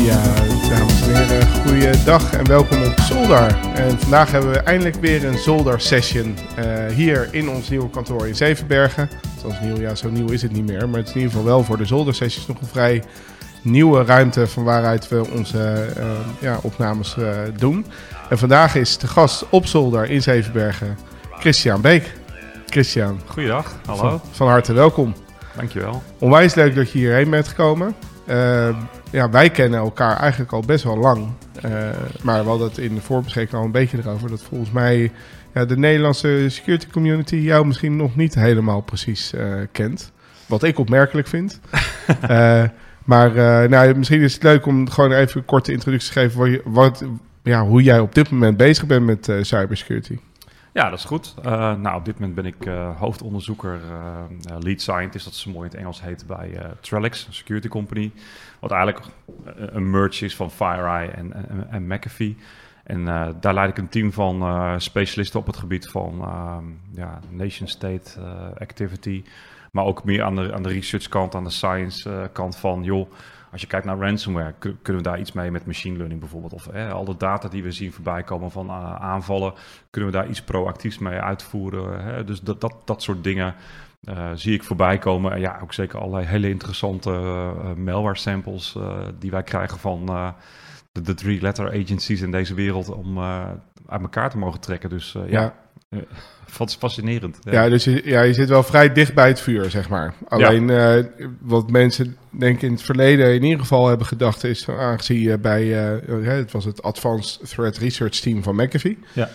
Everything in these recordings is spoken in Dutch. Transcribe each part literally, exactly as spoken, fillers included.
Ja, dames en heren, goeiedag en welkom op Zolder. En vandaag hebben we eindelijk weer een Zolder session uh, hier in ons nieuwe kantoor in Zevenbergen. Zoals nieuw, ja, zo nieuw is het niet meer, maar het is in ieder geval wel voor de Zolder sessions nog een vrij nieuwe ruimte van waaruit we onze uh, ja, opnames uh, doen. En vandaag is de gast op Zolder in Zevenbergen Christian Beek. Christian. Goeiedag, hallo. Van, van harte welkom. Dankjewel. Onwijs leuk dat je hierheen bent gekomen. Uh, ja, wij kennen elkaar eigenlijk al best wel lang. Uh, maar we hadden het in de voorbespreking al een beetje erover. Dat volgens mij ja, de Nederlandse security community jou misschien nog niet helemaal precies uh, kent. Wat ik opmerkelijk vind. uh, maar uh, nou, misschien is het leuk om gewoon even een korte introductie te geven. Wat je, wat, ja, hoe jij op dit moment bezig bent met uh, cybersecurity. Ja, dat is goed. Uh, nou, op dit moment ben ik uh, hoofdonderzoeker, uh, lead scientist, dat ze mooi in het Engels heet, bij uh, Trellix, een security company. Wat eigenlijk een merge is van FireEye en, en, en McAfee. En uh, daar leid ik een team van uh, specialisten op het gebied van uh, ja, nation-state uh, activity. Maar ook meer aan de, aan de research kant, aan de science uh, kant van, joh, als je kijkt naar ransomware, kun, kunnen we daar iets mee met machine learning bijvoorbeeld? Of eh, al de data die we zien voorbij komen van uh, aanvallen, kunnen we daar iets proactiefs mee uitvoeren? Hè? Dus dat, dat, dat soort dingen uh, zie ik voorbij komen. En ja, ook zeker allerlei hele interessante uh, malware samples uh, die wij krijgen van uh, de, de three-letter agencies in deze wereld om uh, uit elkaar te mogen trekken. Dus uh, ja... ja. Uh, fascinerend. Ja, ja dus je, ja, je zit wel vrij dicht bij het vuur, zeg maar. Alleen ja. uh, wat mensen denk ik in het verleden in ieder geval hebben gedacht is, aangezien je bij, uh, het was het Advanced Threat Research Team van McAfee, ja.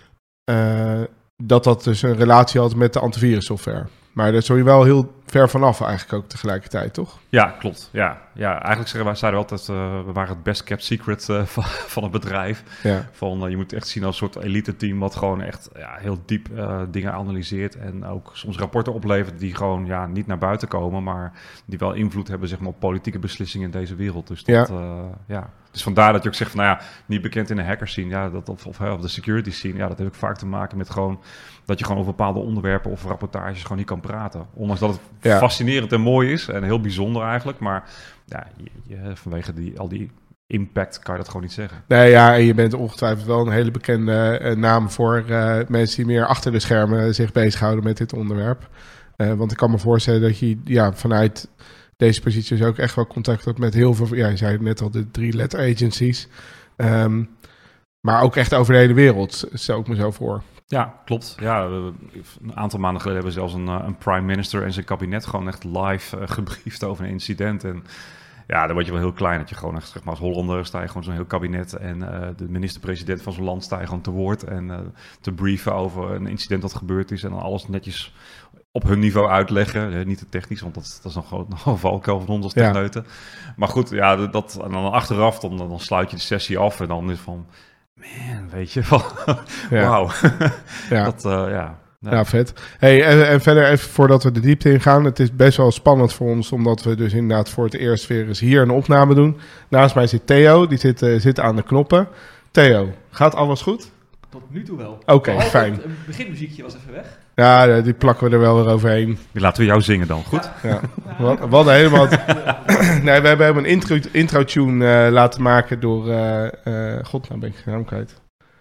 uh, dat dat dus een relatie had met de antivirussoftware. Maar daar stond je wel heel ver vanaf eigenlijk ook tegelijkertijd, toch? Ja, klopt. Ja, ja eigenlijk zeggen wij zeiden altijd, uh, we waren het best kept secret uh, van, van het bedrijf. Ja. Van, uh, je moet echt zien als een soort elite team wat gewoon echt ja, heel diep uh, dingen analyseert. En ook soms rapporten oplevert die gewoon ja, niet naar buiten komen, maar die wel invloed hebben zeg maar, op politieke beslissingen in deze wereld. Dus dat, ja. Uh, ja. Dus vandaar dat je ook zegt van, nou ja, niet bekend in de hacker scene, ja, dat, of, of, of de security scene. Ja, dat heeft ook vaak te maken met gewoon dat je gewoon over bepaalde onderwerpen of rapportages gewoon niet kan praten. Ondanks dat het ja. fascinerend en mooi is en heel bijzonder eigenlijk. Maar ja, je, je, vanwege die, al die impact kan je dat gewoon niet zeggen. Nee, ja, en je bent ongetwijfeld wel een hele bekende uh, naam voor uh, mensen die meer achter de schermen zich bezighouden met dit onderwerp. Uh, want ik kan me voorstellen dat je ja, vanuit deze positie dus ook echt wel contact hebt met heel veel, ja, je zei net al, de drie letter agencies. Um, maar ook echt over de hele wereld, stel ik me zo voor. Ja, klopt. Ja, een aantal maanden geleden hebben we zelfs een, een prime minister en zijn kabinet gewoon echt live uh, gebriefd over een incident. En ja, dan word je wel heel klein. Dat je gewoon echt, zeg maar, als Hollander sta je gewoon zo'n heel kabinet en uh, de minister-president van zo'n land sta je gewoon te woord en uh, te briefen over een incident dat gebeurd is en dan alles netjes op hun niveau uitleggen. Ja, niet te technisch, want dat, dat is nog gewoon een valkuil van ons als techneuten. Ja. Maar goed, ja, dat, en dan achteraf, dan, dan sluit je de sessie af en dan is van, man, weet je wel, ja. wauw. ja. Dat, uh, ja. Ja. ja, vet. Hey, en, en verder even voordat we de diepte ingaan. Het is best wel spannend voor ons, omdat we dus inderdaad voor het eerst weer eens hier een opname doen. Naast mij zit Theo, die zit, uh, zit aan de knoppen. Theo, gaat alles goed? Tot nu toe wel. Oké, okay, fijn. Het beginmuziekje was even weg. Ja, die plakken we er wel weer overheen. Die laten we jou zingen dan, goed? Ja. ja. We, we hadden helemaal... nee, we hebben een intro, intro-tune uh, laten maken door... Uh, uh, God, nou ben ik geen naam kwijt.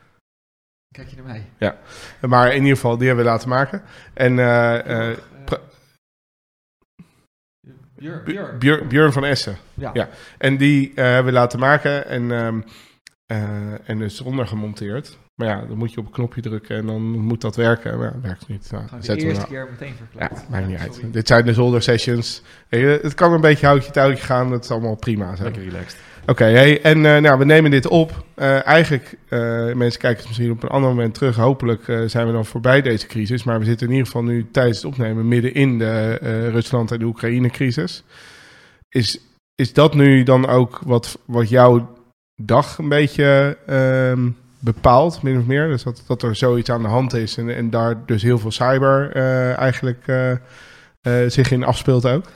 Kijk je naar mij? Ja, maar in ieder geval, die hebben we laten maken. En uh, uh, pra- Björn, Björn. Björn, Björn van Essen. Ja. ja. En die uh, hebben we laten maken en, um, uh, en dus eronder gemonteerd. Maar ja, dan moet je op een knopje drukken en dan moet dat werken. Maar ja, dat werkt niet. Nou, de eerste nou. keer meteen verklaard. Ja, maakt niet uit. Dit zijn de Zolder sessions. Het kan een beetje houtje touwtje gaan. Dat is allemaal prima. Zo. Lekker relaxed. Oké, okay, hey, en uh, nou, we nemen dit op. Uh, eigenlijk, uh, mensen kijken het misschien op een ander moment terug. Hopelijk uh, zijn we dan voorbij deze crisis. Maar we zitten in ieder geval nu tijdens het opnemen midden in de uh, Rusland- en de Oekraïne-crisis. Is, is dat nu dan ook wat, wat jouw dag een beetje uh, bepaalt, min of meer? Dus dat, dat er zoiets aan de hand is en, en daar dus heel veel cyber uh, eigenlijk uh, uh, zich in afspeelt ook?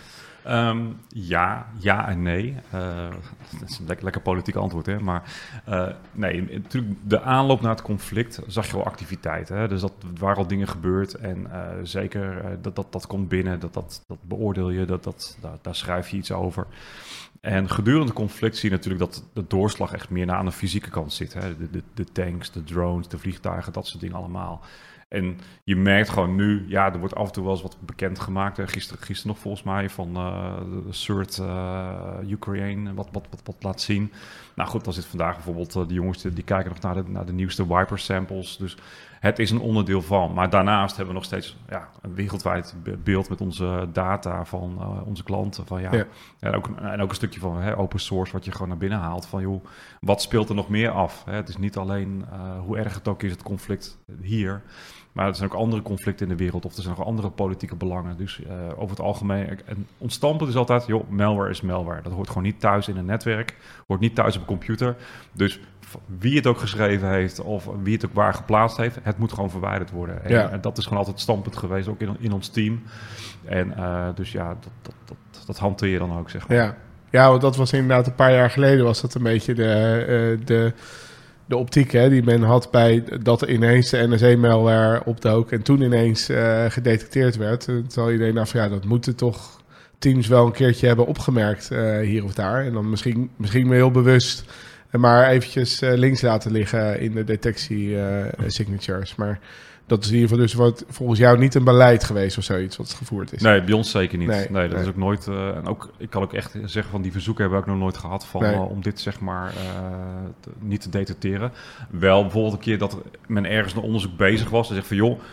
Um, ja, ja en nee. Uh, dat is een lekker, lekker politiek antwoord, hè. Maar uh, nee, natuurlijk de aanloop naar het conflict zag je wel activiteiten. Hè? Dus dat er waren al dingen gebeurd en uh, zeker uh, dat, dat dat komt binnen, dat, dat, dat beoordeel je, dat, dat, daar, daar schrijf je iets over. En gedurende het conflict zie je natuurlijk dat de doorslag echt meer naar aan de fysieke kant zit. Hè? De, de, de tanks, de drones, de vliegtuigen, dat soort dingen allemaal. En je merkt gewoon nu, ja, er wordt af en toe wel eens wat bekendgemaakt. Gisteren, gisteren nog volgens mij van uh, de Third uh, Ukraine, wat, wat, wat, wat laat zien. Nou goed, dan zit vandaag bijvoorbeeld uh, de jongens die, die kijken nog naar de, naar de nieuwste Viper samples. Dus het is een onderdeel van. Maar daarnaast hebben we nog steeds ja, een wereldwijd beeld met onze data van uh, onze klanten. Van, ja, ja. En, ook, en ook een stukje van hè, open source wat je gewoon naar binnen haalt. Van joh, wat speelt er nog meer af? Hè? Het is niet alleen uh, hoe erg het ook is, het conflict hier. Maar er zijn ook andere conflicten in de wereld of er zijn nog andere politieke belangen. Dus uh, over het algemeen, en ons standpunt is altijd, joh, malware is malware. Dat hoort gewoon niet thuis in een netwerk, hoort niet thuis op een computer. Dus wie het ook geschreven heeft of wie het ook waar geplaatst heeft, het moet gewoon verwijderd worden. En, ja. en dat is gewoon altijd het standpunt geweest, ook in, in ons team. En uh, dus ja, dat, dat, dat, dat hanteer je dan ook, zeg maar. Ja. Ja, want dat was inderdaad een paar jaar geleden was dat een beetje de... Uh, de De optiek hè, die men had bij dat er ineens de N S A-malware opdook en toen ineens uh, gedetecteerd werd. Terwijl iedereen dacht van ja, dat moeten toch teams wel een keertje hebben opgemerkt uh, hier of daar. En dan misschien, misschien heel bewust uh, maar eventjes uh, links laten liggen in de detectie uh, signatures. Maar dat is in ieder geval dus wat volgens jou niet een beleid geweest of zoiets wat gevoerd is. Nee, bij ons zeker niet. Nee, nee dat nee. is ook nooit. Uh, en ook, ik kan ook echt zeggen van die verzoeken hebben we ook nog nooit gehad van Nee. uh, om dit zeg maar uh, te, niet te detecteren. Wel bijvoorbeeld een keer dat men ergens een onderzoek bezig was en zegt van joh,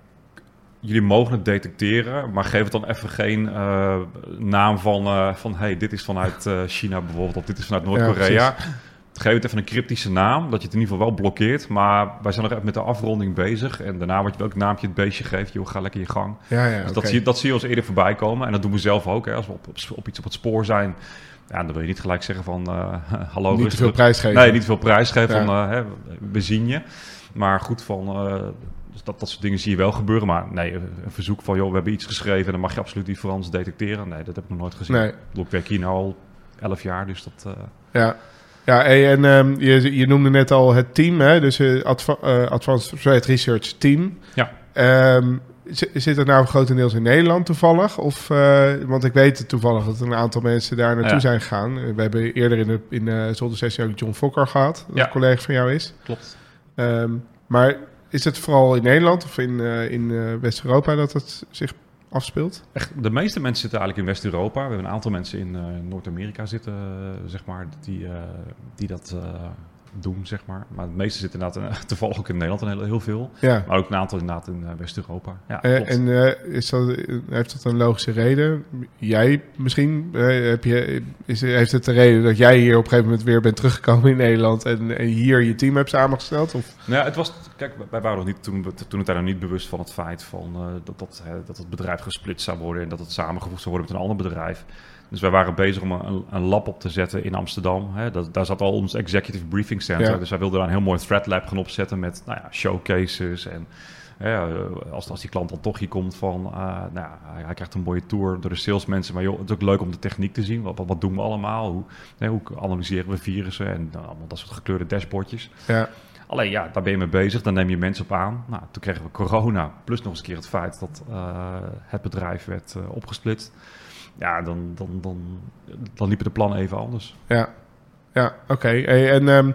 jullie mogen het detecteren, maar geef het dan even geen uh, naam van uh, van hey, dit is vanuit uh, China bijvoorbeeld of dit is vanuit Noord-Korea. Ja, geef het even een cryptische naam, dat je het in ieder geval wel blokkeert. Maar wij zijn nog even met de afronding bezig. En daarna wat je welk naampje het beestje geeft, joh, ga lekker je gang. Ja, ja, dus okay. dat, zie, dat zie je ons eerder voorbij komen. En dat doen we zelf ook. Hè. Als we op, op, op iets op het spoor zijn, ja, dan wil je niet gelijk zeggen van... Uh, hallo, niet te veel prijs geven. Nee, niet te veel prijs geven ja. van uh, hè, we zien je. Maar goed, van, uh, dus dat, dat soort dingen zie je wel gebeuren. Maar nee, een verzoek van, joh, we hebben iets geschreven... en dan mag je absoluut die Frans detecteren. Nee, dat heb ik nog nooit gezien. Nee. Ik werk hier nu al elf jaar, dus dat... Uh, ja. Ja, en um, je, je noemde net al het team, hè? Dus uh, Adva- uh, Advanced Threat Research Team. Ja. Um, z- zit dat nou grotendeels in Nederland toevallig? Of, uh, want ik weet toevallig dat een aantal mensen daar naartoe ja. zijn gegaan. We hebben eerder in de, in de zoldersessie ook John Fokker gehad, dat ja. een collega van jou is. Klopt. Um, maar is het vooral in Nederland of in, uh, in uh, West-Europa dat het zich afspeelt? Echt, de meeste mensen zitten eigenlijk in West-Europa. We hebben een aantal mensen in uh, Noord-Amerika zitten, uh, zeg maar, die, uh, die dat uh, doen, zeg maar. Maar de meeste zitten inderdaad, uh, toevallig ook in Nederland een heel, heel veel. Ja. Maar ook een aantal inderdaad in uh, West-Europa. Ja, uh, en uh, is dat, heeft dat een logische reden? Jij misschien? Uh, heb je, is, heeft het de reden dat jij hier op een gegeven moment weer bent teruggekomen in Nederland en, en hier je team hebt samengesteld? Of? Nou ja, het was, kijk, wij waren nog niet, toen, toen het daar nog niet bewust van het feit van, uh, dat, dat, uh, dat het bedrijf gesplitst zou worden en dat het samengevoegd zou worden met een ander bedrijf. Dus wij waren bezig om een, een lab op te zetten in Amsterdam. Hè. Dat, daar zat al ons executive briefing center. Ja. Dus wij wilden daar een heel mooi threat lab gaan opzetten met nou ja, showcases. En ja, als, als die klant dan toch hier komt van... Uh, nou ja, hij, hij krijgt een mooie tour door de salesmensen. Maar joh, het is ook leuk om de techniek te zien. Wat, wat, wat doen we allemaal? Hoe, hè, hoe analyseren we virussen? En nou, allemaal dat soort gekleurde dashboardjes. Ja. Alleen ja, daar ben je mee bezig. Dan neem je mensen op aan. Nou, toen kregen we corona. Plus nog eens een keer het feit dat uh, het bedrijf werd uh, opgesplitst. Ja, dan, dan, dan, dan liepen de plannen even anders. Ja, ja oké. Okay. Hey, en um,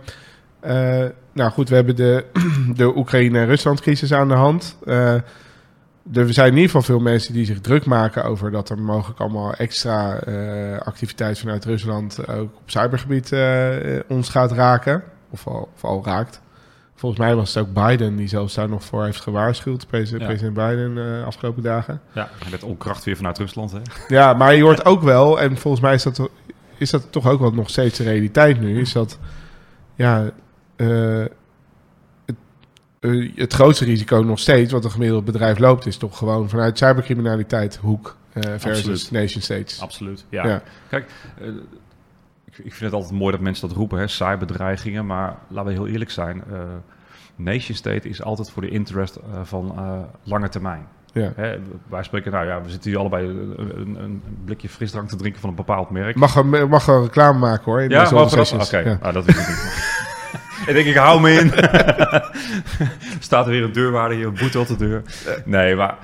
uh, nou goed, we hebben de, de Oekraïne- en Rusland-crisis aan de hand. Uh, er zijn in ieder geval veel mensen die zich druk maken over dat er mogelijk allemaal extra uh, activiteit vanuit Rusland ook op cybergebied uh, ons gaat raken. Of al, of al raakt. Volgens mij was het ook Biden die zelfs daar nog voor heeft gewaarschuwd. President, ja. president Biden uh, afgelopen dagen. Ja, met onkracht weer vanuit Rusland. Hè? Ja, maar je hoort ook wel, en volgens mij is dat, is dat toch ook wel nog steeds de realiteit nu, is dat ja, uh, het, uh, het grootste risico nog steeds, wat een gemiddeld bedrijf loopt, is toch gewoon vanuit cybercriminaliteit hoek uh, versus nation states. Absoluut, ja. ja. Kijk, uh, ik vind het altijd mooi dat mensen dat roepen, hè, cyberdreigingen. Maar laten we heel eerlijk zijn. Uh, nation state is altijd voor de interest uh, van uh, lange termijn. Ja. Hè, wij spreken, nou ja, we zitten hier allebei een, een, een blikje frisdrank te drinken van een bepaald merk. Mag er, mag er reclame maken hoor. In ja, deze mag dat? sessies. Oké, Ja. ah, dat is het niet. Ik denk, ik hou me in. Staat er weer een deurwaarder hier, een boete op de deur. Nee, maar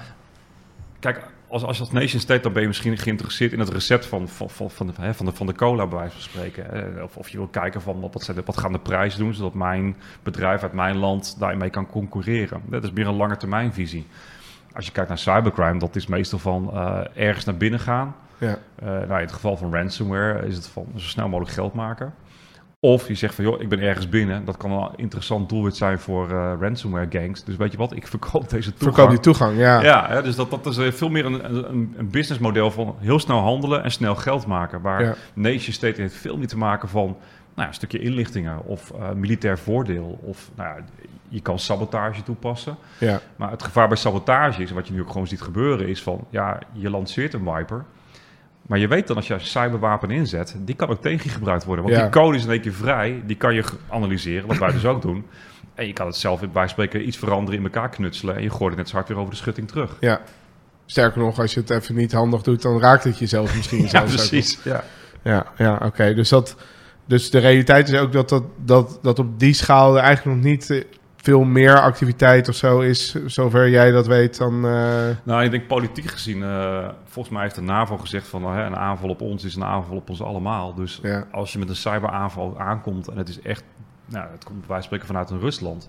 kijk, als, als je als nation state, dan ben je misschien geïnteresseerd in het recept van, van, van, van, de, van, de, van de cola, bij wijze van spreken. Hè. Of, of je wil kijken van wat, zijn de, wat gaan de prijzen doen, zodat mijn bedrijf uit mijn land daarmee kan concurreren. Dat is meer een lange termijn visie. Als je kijkt naar cybercrime, dat is meestal van uh, ergens naar binnen gaan. Ja. Uh, nou, in het geval van ransomware is het van zo snel mogelijk geld maken. Of je zegt van, joh, ik ben ergens binnen. Dat kan een interessant doelwit zijn voor uh, ransomware gangs. Dus weet je wat, ik verkoop deze toegang. Verkoop die toegang, ja. Ja, hè, dus dat, dat is uh, veel meer een, een, een businessmodel van heel snel handelen en snel geld maken. Waar Ja. nation state heeft veel meer te maken van nou ja, een stukje inlichtingen of uh, militair voordeel. Of nou ja, je kan sabotage toepassen. Ja. Maar het gevaar bij sabotage is, wat je nu ook gewoon ziet gebeuren, is van, ja, je lanceert een wiper. Maar je weet dan, als je een cyberwapen inzet, die kan ook tegen je gebruikt worden. Want Ja. die code is in één keer vrij, die kan je analyseren, wat wij dus ook doen. En je kan het zelf, bij spreken, iets veranderen, in elkaar knutselen. En je gooit het net zo hard weer over de schutting terug. Ja. Sterker nog, als je het even niet handig doet, dan raakt het jezelf misschien Ja, zelfs ook precies. Ja. Ja, ja oké. Okay. Dus, dat, dus de realiteit is ook dat, dat, dat, dat op die schaal er eigenlijk nog niet eh, veel meer activiteit of zo is, zover jij dat weet, dan... Uh... Nou, ik denk politiek gezien, uh, volgens mij heeft de NAVO gezegd van uh, een aanval op ons is een aanval op ons allemaal. Dus Ja. als je met een cyberaanval aankomt en het is echt, nou, het komt bij wijze van spreken vanuit een Rusland,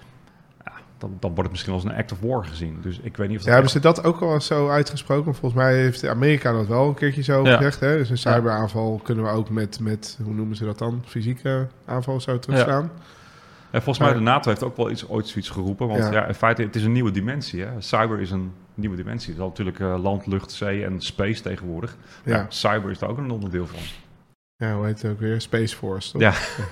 ja, dan, dan wordt het misschien als een act of war gezien. Dus ik weet niet of Ja, dat... hebben ze dat ook al zo uitgesproken? Volgens mij heeft Amerika dat wel een keertje zo Ja. gezegd. Hè? Dus een cyberaanval kunnen we ook met, met, hoe noemen ze dat dan? Fysieke aanval zo terugslaan. En volgens mij de NATO heeft ook wel iets, ooit zoiets geroepen. Want Ja. ja. in feite, het is een nieuwe dimensie. Hè? Cyber is een nieuwe dimensie. Het is natuurlijk uh, land, lucht, zee en space tegenwoordig. Ja. Ja, cyber is daar ook een onderdeel van. Ja, hoe heet het ook weer? Space Force, toch? Ja.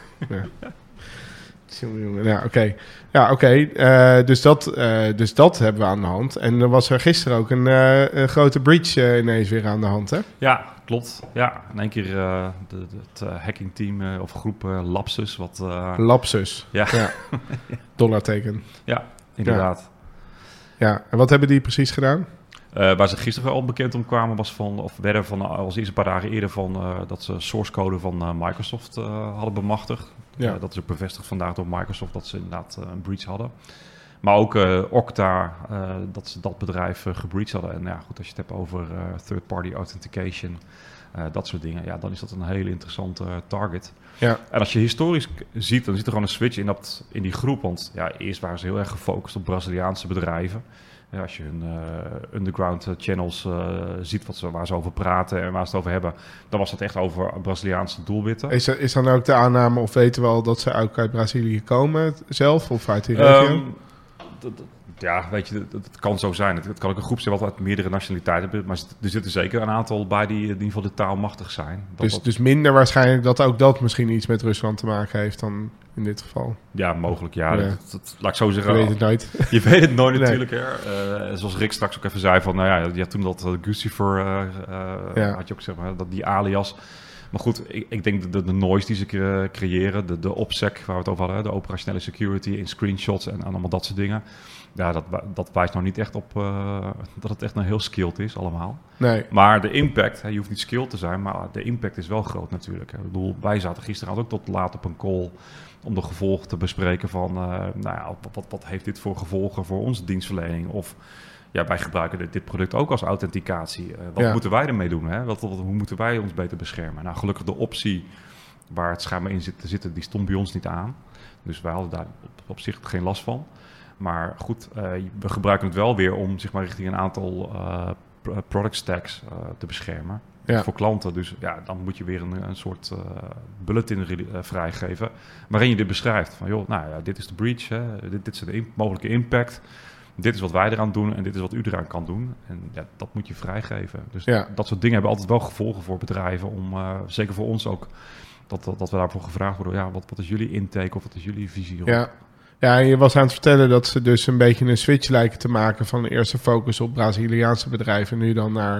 ja. Jongen, jongen. Ja, oké. Okay. Ja, oké. Okay. Uh, dus, dat, uh, dus dat hebben we aan de hand. En er was er gisteren ook een, uh, een grote breach uh, ineens weer aan de hand, hè? Ja, klopt. Ja, in één keer uh, de, de, het uh, hackingteam uh, of groep uh, Lapsus. Wat, uh, Lapsus. Ja. ja. Dollarteken. Ja, inderdaad. Ja. ja, en wat hebben die precies gedaan? Uh, waar ze gisteren al bekend om kwamen was van, of werden van, uh, was eerst een paar dagen eerder van uh, dat ze source code van uh, Microsoft uh, hadden bemachtigd. Ja. Uh, dat is ook bevestigd vandaag door Microsoft dat ze inderdaad uh, een breach hadden. Maar ook uh, Okta, uh, dat ze dat bedrijf uh, gebreached hadden. En ja, goed, als je het hebt over uh, third-party authentication, uh, dat soort dingen, ja, dan is dat een hele interessante uh, target. Ja. En als je historisch k- ziet, dan zit er gewoon een switch in, dat, in die groep. Want ja, eerst waren ze heel erg gefocust op Braziliaanse bedrijven. Ja, als je hun uh, underground channels uh, ziet wat ze, waar ze over praten en waar ze het over hebben, dan was het echt over Braziliaanse doelwitten. Is, er, is dan ook de aanname, of weten we al dat ze ook uit Brazilië komen zelf, of uit die regio? Um, d- d- ja, weet je, het kan zo zijn. Het, het kan ook een groep zijn wat uit meerdere nationaliteiten hebben, maar er zitten zeker een aantal bij die in ieder geval de taal machtig zijn. Dat Dus, dat, dus minder waarschijnlijk dat ook dat misschien iets met Rusland te maken heeft dan in dit geval. ja, mogelijk, ja. Ja. Dat, dat, laat ik zo Je zeggen. weet het nooit. Je weet het nooit Nee. natuurlijk. Hè. Uh, zoals Rick straks ook even zei van, nou ja, ja toen dat uh, Guccifer uh, uh, Ja. had je ook zeg maar dat die alias. Maar goed, ik, ik denk de, de noise die ze cre- creëren, de, de OPSEC waar we het over hadden, de operationele security in screenshots en, en allemaal dat soort dingen. Ja, dat, dat wijst nou niet echt op uh, dat het echt een heel skilled is allemaal. Nee. Maar de impact, hè, je hoeft niet skilled te zijn, maar de impact is wel groot natuurlijk. Hè. Ik bedoel, wij zaten gisteravond ook tot laat op een call om de gevolgen te bespreken van, uh, nou ja, wat, wat, wat heeft dit voor gevolgen voor onze dienstverlening? Of ja, wij gebruiken dit, dit product ook als authenticatie. Uh, wat Ja. moeten wij ermee doen? Hè? Wat, wat, hoe moeten wij ons beter beschermen? Nou, gelukkig de optie waar het schijnbaar in zit te zitten, die stond bij ons niet aan. Dus wij hadden daar op, op zich geen last van. Maar goed, uh, we gebruiken het wel weer om zeg maar richting een aantal uh, product stacks uh, te beschermen. Ja. Voor klanten. Dus ja, dan moet je weer een, een soort uh, bulletin uh, vrijgeven. Waarin je dit beschrijft. Van joh, nou ja, dit is de breach. Hè, dit, dit is de in, mogelijke impact. Dit is wat wij eraan doen en dit is wat u eraan kan doen. En ja, dat moet je vrijgeven. Dus Ja. dat soort dingen hebben altijd wel gevolgen voor bedrijven. Om, uh, zeker voor ons ook, dat, dat, dat we daarvoor gevraagd worden. Ja, wat, wat is jullie intake of wat is jullie visie op? Ja. Ja, en je was aan het vertellen dat ze dus een beetje een switch lijken te maken van de eerste focus op Braziliaanse bedrijven, nu dan naar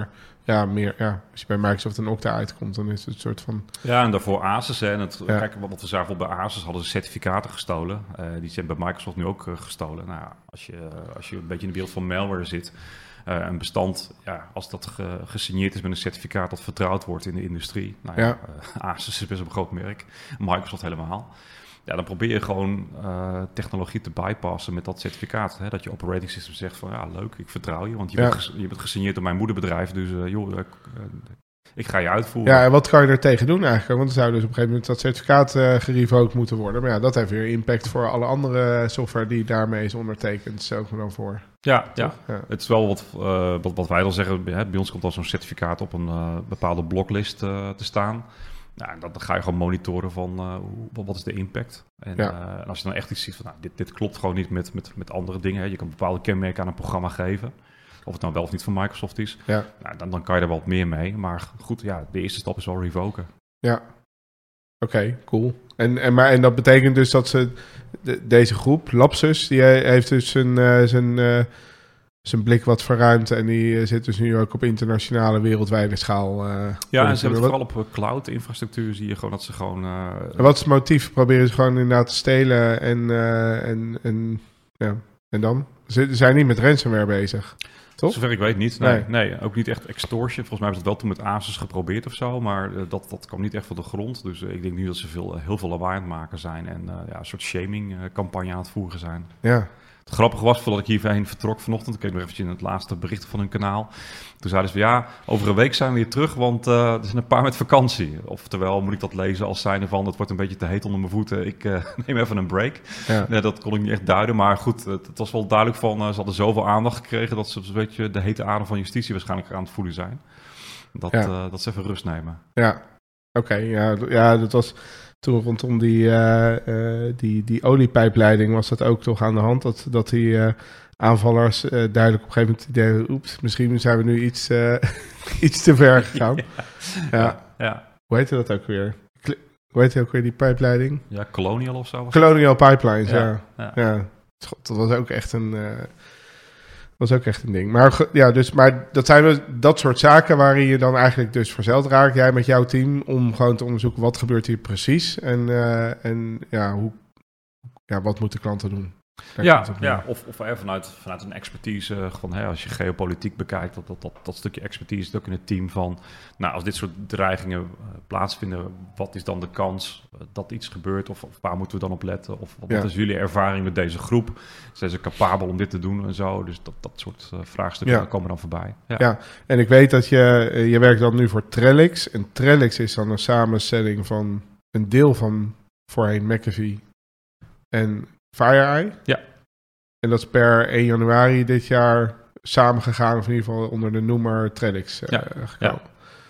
ja, meer, ja, als je bij Microsoft en Okta uitkomt, dan is het een soort van... Ja, en daarvoor Asus. Hè, en het, Ja. Kijk, wat we zagen bij Asus hadden ze certificaten gestolen. Uh, die zijn bij Microsoft nu ook uh, gestolen. Nou, ja, als, je, uh, als je een beetje in de wereld van malware zit, uh, een bestand, ja, als dat ge, gesigneerd is met een certificaat dat vertrouwd wordt in de industrie. Nou, ja, Ja. uh, Asus is best een groot merk. Microsoft helemaal. Ja, dan probeer je gewoon uh, technologie te bypassen met dat certificaat. Hè? Dat je operating system zegt van, ja, leuk, ik vertrouw je. Want je, Ja. bent, ges- je bent gesigneerd door mijn moederbedrijf, dus uh, joh, uh, ik ga je uitvoeren. Ja, en wat kan je er tegen doen eigenlijk? Want dan zou dus op een gegeven moment dat certificaat uh, gerevoked moeten worden. Maar ja, dat heeft weer impact voor alle andere software die daarmee is ondertekend. Stel ik me dan voor. Ja, ja. Ja. Het is wel wat, uh, wat, wat wij dan zeggen. Hè, bij ons komt al zo'n certificaat op een uh, bepaalde bloklist uh, te staan. Nou, en dan ga je gewoon monitoren van uh, hoe, wat is de impact. En, Ja. uh, en als je dan echt iets ziet van, nou, dit, dit klopt gewoon niet met, met, met andere dingen. Hè. Je kan bepaalde kenmerken aan een programma geven. Of het nou wel of niet van Microsoft is. Ja. Nou, dan, dan kan je er wat meer mee. Maar goed, ja, de eerste stap is wel revoken. Ja. Oké, okay, cool. En, en, maar, en dat betekent dus dat ze... De, deze groep, Lapsus, die heeft dus zijn, uh, zijn, uh, zijn blik wat verruimd. En die uh, zit dus nu ook op internationale, wereldwijde schaal. Uh, ja, en ze hebben het wat, vooral op cloud-infrastructuur. Zie je gewoon dat ze gewoon... Uh, en wat is het motief? Proberen ze gewoon inderdaad te stelen en, uh, en, en, ja, en dan? Ze zijn niet met ransomware bezig. Toch? Zover ik weet niet. Nee, Nee. nee, ook niet echt extortion. Volgens mij hebben ze het wel toen met Asus geprobeerd of zo. Maar uh, dat, dat kwam niet echt van de grond. Dus uh, ik denk nu dat ze veel, uh, heel veel lawaai aan het maken zijn. En uh, ja, een soort shaming uh, campagne aan het voeren zijn. Ja. Het grappige was, voordat ik hierheen vertrok vanochtend, ik keek nog eventjes in het laatste bericht van hun kanaal. Toen zeiden ze van ja, over een week zijn we weer terug, want uh, er zijn een paar met vakantie. Oftewel moet ik dat lezen als zijnde van, het wordt een beetje te heet onder mijn voeten, ik uh, neem even een break. Ja. Nee, dat kon ik niet echt duiden, maar goed, het, het was wel duidelijk van, uh, ze hadden zoveel aandacht gekregen dat ze een beetje de hete adem van justitie waarschijnlijk aan het voelen zijn. Dat, Ja. uh, dat ze even rust nemen. Ja, oké. Okay, ja, ja, dat was toen rondom die, uh, uh, die, die oliepijpleiding was dat ook toch aan de hand. Dat, dat die uh, aanvallers uh, duidelijk op een gegeven moment het idee hadden, oeps, misschien zijn we nu iets, uh, iets te ver gegaan. ja. Ja. Ja, ja. Hoe heette dat ook weer? Kle- Hoe heette ook weer die pijpleiding? Ja, Colonial of zo. Was het? Colonial Pipelines, ja. Ja, ja. ja. ja. God, dat was ook echt een... Uh, was ook echt een ding. Maar, ge- ja, dus, maar dat zijn dus dat soort zaken waarin je dan eigenlijk dus verzeild raakt, jij met jouw team, om gewoon te onderzoeken wat gebeurt hier precies en, uh, en ja, hoe, ja, wat moeten klanten doen. Daar Ja, komt het op neer. ja, of, of eh, vanuit, vanuit een expertise uh, van, hè, als je geopolitiek bekijkt, dat, dat, dat, dat stukje expertise zit ook in het team van, nou, als dit soort dreigingen uh, plaatsvinden, wat is dan de kans uh, dat iets gebeurt, of, of waar moeten we dan op letten, of wat Ja. is jullie ervaring met deze groep? Zijn ze capabel om dit te doen en zo? Dus dat, dat soort uh, vraagstukken Ja. komen dan voorbij. Ja. Ja, en ik weet dat je, uh, je werkt dan nu voor Trellix, en Trellix is dan een samenstelling van een deel van voorheen McAfee en FireEye. Ja. En dat is per één januari dit jaar samengegaan, of in ieder geval onder de noemer Trellix uh, Ja, gekomen.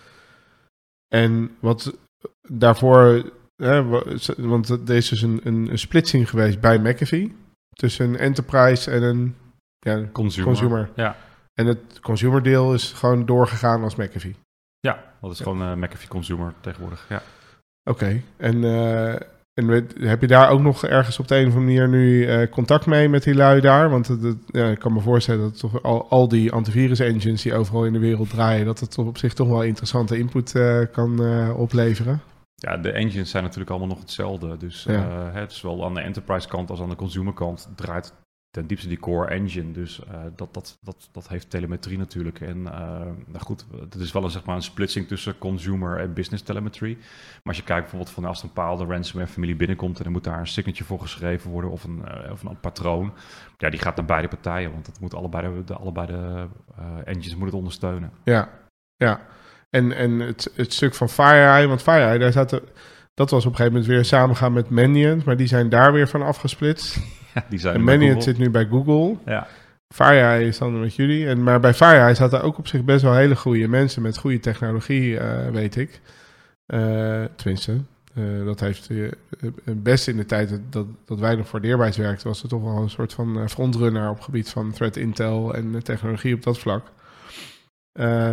En wat daarvoor, hè, wa- want er is dus een, een, een splitsing geweest bij McAfee tussen een enterprise en een ja, Consumer. consumer. Ja. En het consumer deel is gewoon doorgegaan als McAfee. Ja, dat is Ja. gewoon uh, McAfee Consumer tegenwoordig. Ja. Oké, okay. en, uh, en weet, heb je daar ook nog ergens op de een of andere manier nu uh, contact mee met die lui daar? Want het, het, ja, ik kan me voorstellen dat toch al, al die antivirus engines die overal in de wereld draaien, dat het op zich toch wel interessante input uh, kan uh, opleveren. Ja, de engines zijn natuurlijk allemaal nog hetzelfde. Dus Ja. uh, het is wel aan de enterprise kant als aan de consumer kant draait ten diepste die core engine. Dus uh, dat, dat, dat, dat heeft telemetrie natuurlijk. En uh, nou goed, het is wel een, zeg maar, een splitsing tussen consumer en business telemetry. Maar als je kijkt bijvoorbeeld van als een bepaalde ransomware familie binnenkomt en er moet daar een signature voor geschreven worden of een, uh, of een patroon. Ja, die gaat naar beide partijen, want dat moet allebei de, de, allebei de uh, engines moet het ondersteunen. Ja, ja. En, en het, het stuk van FireEye, want FireEye, daar zaten, dat was op een gegeven moment weer samengaan met Mandiant, maar die zijn daar weer van afgesplitst. Ja, die zijn En bij Mandiant Google. zit nu bij Google. Ja. FireEye is dan met jullie. En, maar bij FireEye zaten ook op zich best wel hele goede mensen met goede technologie, uh, weet ik. Uh, tenminste, uh, dat heeft uh, best in de tijd dat, dat, dat wij nog voor Deerwijs werkten, was er toch wel een soort van uh, frontrunner op het gebied van threat intel en uh, technologie op dat vlak. Uh,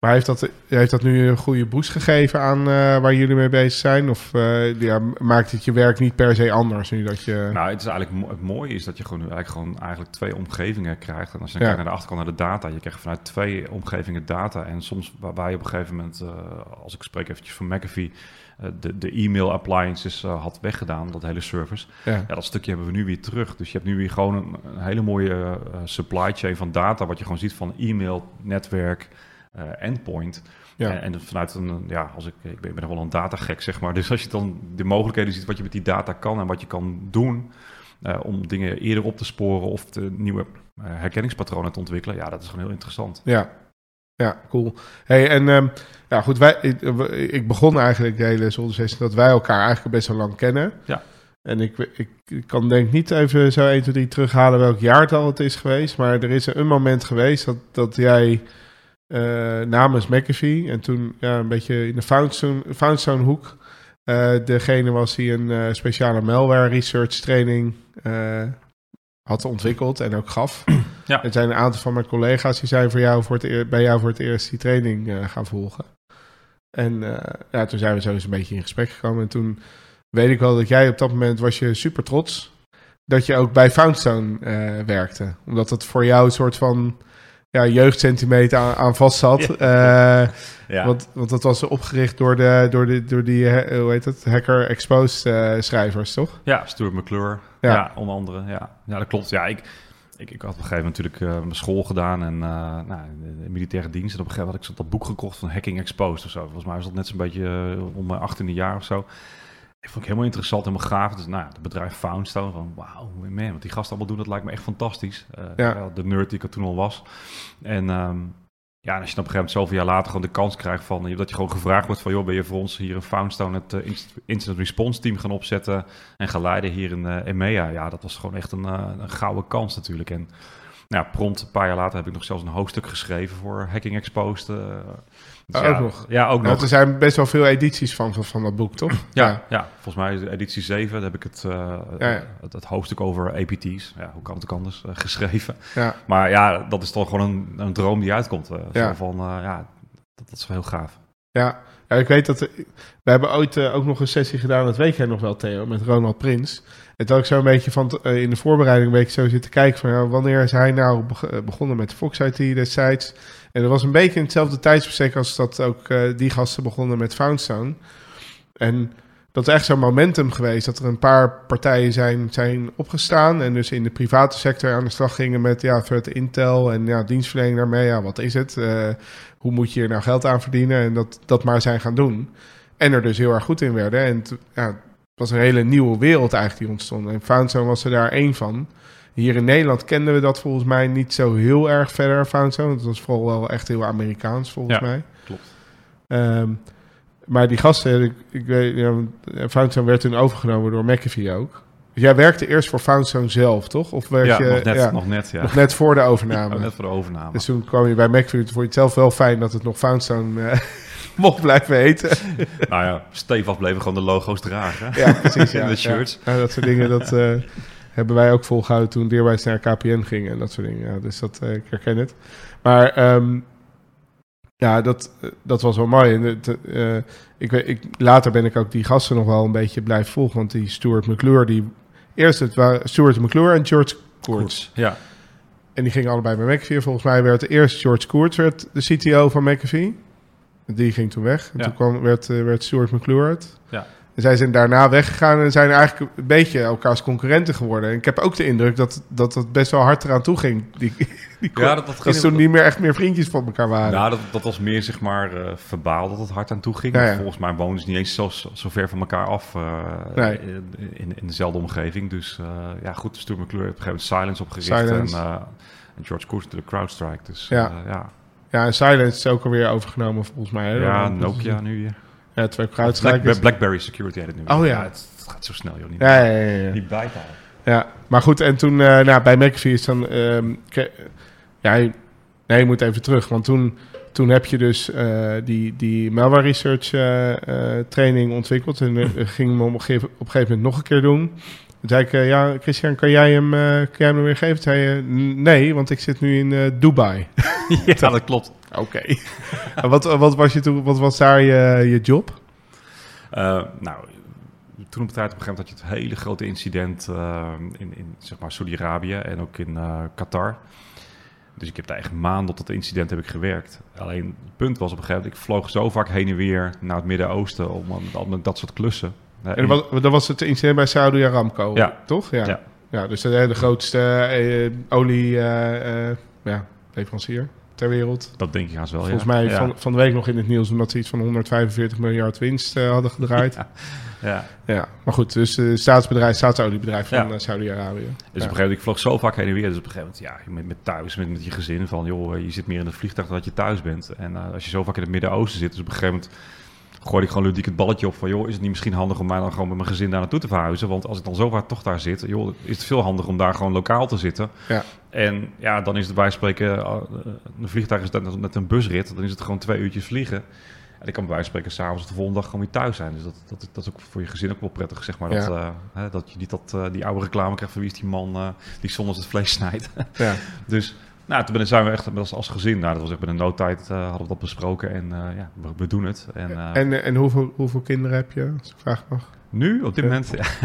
Maar heeft dat, heeft dat nu een goede boost gegeven aan uh, waar jullie mee bezig zijn? Of uh, ja, maakt het je werk niet per se anders nu dat je... Nou, het is eigenlijk mo- het mooie is dat je gewoon nu eigenlijk gewoon eigenlijk twee omgevingen krijgt. En als je dan Ja. kijkt naar de achterkant naar de data, je krijgt vanuit twee omgevingen data. En soms waar, waar je op een gegeven moment, uh, als ik spreek eventjes van McAfee, uh, de, de e-mail appliances uh, had weggedaan, dat hele service. Ja. Ja, dat stukje hebben we nu weer terug. Dus je hebt nu weer gewoon een, een hele mooie uh, supply chain van data, wat je gewoon ziet van e-mail, netwerk, uh, endpoint. Ja. En, en vanuit een, ja, als ik, ik ben, ik ben nog wel een datagek, zeg maar. Dus als je dan de mogelijkheden ziet wat je met die data kan en wat je kan doen uh, om dingen eerder op te sporen of de nieuwe uh, herkenningspatronen te ontwikkelen, ja, dat is gewoon heel interessant. Ja, ja, cool. Hey, en um, ja, goed, wij, ik, ik begon eigenlijk de hele Zonde dat wij elkaar eigenlijk best wel lang kennen. Ja. En ik, ik, ik kan denk niet even zo één, twee, drie terughalen welk jaartal het is geweest. Maar er is een moment geweest dat, dat jij uh, namens McAfee en toen ja, een beetje in de Foundstone, Foundstone hoek uh, degene was die een uh, speciale malware research training uh, had ontwikkeld en ook gaf. Ja. Er zijn een aantal van mijn collega's die zijn voor jou voor het eer, bij jou voor het eerst die training uh, gaan volgen. En uh, ja, toen zijn we zo eens een beetje in gesprek gekomen. En toen weet ik wel dat jij op dat moment was je super trots dat je ook bij Foundstone uh, werkte. Omdat het voor jou een soort van ja, jeugdsentiment aan, aan vast zat. Ja. Uh, Ja. want, want dat was opgericht door, de, door, de, door die, uh, hoe heet het, Hacker Exposed uh, schrijvers, toch? Ja, Stuart McClure, Ja. ja. onder andere. Ja, ja dat klopt. Ja, ik, ik, ik had op een gegeven moment natuurlijk uh, mijn school gedaan en uh, nou, de, de militaire dienst. En op een gegeven moment had ik dat boek gekocht van Hacking Exposed of zo. Volgens mij was dat net zo'n beetje uh, om mijn achttiende jaar of zo. Ik vond ik helemaal interessant, helemaal gaaf. Dus nou, het bedrijf Foundstone, van wauw, man, wat die gasten allemaal doen, dat lijkt me echt fantastisch. Uh, Ja. ja, de nerd die ik er toen al was. En um, ja, en als je dan op een gegeven moment zoveel jaar later gewoon de kans krijgt van dat je gewoon gevraagd wordt van joh, ben je voor ons hier in Foundstone het uh, Incident Response Team gaan opzetten en gaan leiden hier in uh, E M E A. Ja, dat was gewoon echt een, uh, een gouden kans natuurlijk. En nou, prompt een paar jaar later heb ik nog zelfs een hoofdstuk geschreven voor Hacking Exposed. Uh, dus Oh, ja, ook nog? Ja, ook Nou, nog. er zijn best wel veel edities van, van, van dat boek, toch? Ja, ja. ja, volgens mij is editie zeven, daar heb ik het, uh, Ja, ja. het, het hoofdstuk over A P T's, ja, hoe kan het ook anders, uh, geschreven. Ja. Maar ja, dat is toch gewoon een, een droom die uitkomt. Uh, Ja. zo van, uh, ja, dat, dat is wel heel gaaf. Ja, ja, ik weet dat... We hebben ooit uh, ook nog een sessie gedaan, dat weet jij nog wel, Theo, met Ronald Prins. En toen had ik zo een beetje van... Uh, in de voorbereiding een beetje zo zitten kijken van... Ja, wanneer is hij nou be- begonnen met Fox I T destijds? En dat was een beetje in hetzelfde tijdsbestek als dat ook uh, die gasten begonnen met Foundstone. En dat is echt zo'n momentum geweest dat er een paar partijen zijn, zijn opgestaan en dus in de private sector aan de slag gingen met ja, threat intel en ja, dienstverlening daarmee. Ja, wat is het? Uh, hoe moet je hier nou geld aan verdienen? En dat, dat maar zijn gaan doen. En er dus heel erg goed in werden. En t, ja, het was een hele nieuwe wereld eigenlijk die ontstond. En Foundstone was er daar één van. Hier in Nederland kenden we dat volgens mij niet zo heel erg verder, Foundstone. Want het was vooral wel echt heel Amerikaans volgens Ja, mij. klopt. Um, maar die gasten, ik, ik weet, ja, Foundstone werd toen overgenomen door McAfee ook. Dus jij werkte eerst voor Foundstone zelf, toch? Of werd Ja, je, nog net, ja, nog net, ja. nog net voor de overname. Oh, net voor de overname. Dus toen kwam je bij McAfee. Toen vond je het zelf wel fijn dat het nog Foundstone uh, mocht blijven heten. Nou ja, stevig bleven gewoon de logo's dragen. Ja, precies. Ja, In de shirts. Ja. Nou, dat soort dingen, dat uh, hebben wij ook volgehouden toen Deerwijs naar K P N ging en dat soort dingen. Ja, dus dat, uh, ik herken het. Maar um, ja, dat, dat was wel mooi. En het, uh, ik, ik, later ben ik ook die gasten nog wel een beetje blijven volgen. Want die Stuart McClure, die eerst het waren Stuart McClure en George Koorts. Ja. En die gingen allebei bij McAfee. Volgens mij werd eerst George Koorts werd de C T O van McAfee. Die ging toen weg. En ja. toen kwam, werd, uh, werd Stuart McClure het. Ja. En zij zijn daarna weggegaan en zijn eigenlijk een beetje elkaars concurrenten geworden. En ik heb ook de indruk dat dat, dat best wel hard eraan toe ging. Die, die Ja, dat, dat, dat ging ze toen niet meer echt meer vriendjes van elkaar waren. Nou, dat, dat was meer zeg maar uh, verbaal dat het hard aan toe ging. Ja, ja. Volgens mij woonden ze niet eens zo, zo ver van elkaar af uh, Nee. in, in dezelfde omgeving. Dus uh, ja, goed, Stuart McClure heeft op een gegeven moment Silence opgericht. Silence. En, uh, en George Koorts natuurlijk CrowdStrike. Dus Ja. uh, ja. Ja, en Silence is ook alweer overgenomen volgens mij. Hè? ja, Dat- Nokia nu weer. Ja, twee Black, CrowdStrike. Blackberry Security heet het nu. Oh, ja. het, het gaat zo snel, joh. Niet, Ja, ja, ja, ja. niet bijtalen. Ja, maar goed, en toen uh, nou, bij McAfee is dan... Um, ke- ja, je- nee, je moet even terug, want toen, toen heb je dus uh, die, die malware research uh, uh, training ontwikkeld en uh, ging hem op een, gegeven, op een gegeven moment nog een keer doen. Toen zei ik, uh, ja, Christian, kan jij hem, uh, kan jij hem weer geven? Toen zei je, nee, want ik zit nu in uh, Dubai. ja, dat klopt. Oké. En wat, wat was je toen? Wat was daar je, je job? Uh, nou, toen op de tijd op een gegeven moment had je het hele grote incident uh, in, in zeg maar Saudi-Arabië en ook in uh, Qatar. Dus ik heb daar echt maanden op dat incident heb ik gewerkt. Alleen het punt was op een gegeven moment, ik vloog zo vaak heen en weer naar het Midden-Oosten om, om met dat soort klussen. Uh, En dat was, dat was het incident bij Saudi Aramco, ja. toch? Ja. Ja. Ja, dus de, de grootste uh, olie uh, uh, ja, leverancier ter wereld. Dat denk ik haast wel, Volgens ja. mij ja. van, van de week nog in het nieuws, omdat ze iets van honderdvijfenveertig miljard winst uh, hadden gedraaid. Ja. Ja. Ja, maar goed, dus uh, staatsbedrijf, staatsoliebedrijf van Ja. uh, Saudi-Arabië. Dus Ja. op een gegeven moment, ik vloog zo vaak heen en weer. Dus op een gegeven moment, ja, met, met thuis, met, met je gezin van, joh, je zit meer in het vliegtuig dan dat je thuis bent. En uh, als je zo vaak in het Midden-Oosten zit, dus op een gegeven moment gooide ik gewoon ludiek het balletje op van, joh, is het niet misschien handig om mij dan gewoon met mijn gezin daar naartoe te verhuizen? Want als ik dan zo vaak toch daar zit, joh, is het veel handiger om daar gewoon lokaal te zitten. Ja. En ja, dan is het bij spreken, uh, een vliegtuig is net, net een busrit, dan is het gewoon twee uurtjes vliegen. En ik kan bij wijze van spreken s'avonds de volgende dag gewoon weer thuis zijn. Dus dat, dat, dat is ook voor je gezin ook wel prettig, zeg maar. Ja. Dat, uh, hè, dat je niet dat, uh, die oude reclame krijgt van wie is die man uh, die soms het vlees snijdt. Ja. Dus nou, toen zijn we echt als, als gezin, nou, dat was echt binnen no tijd, uh, hadden we dat besproken en uh, ja, we, we doen het. En, uh, En, en hoeveel, hoeveel kinderen heb je, als ik vraag mag? nu, op dit Ja. moment, ja,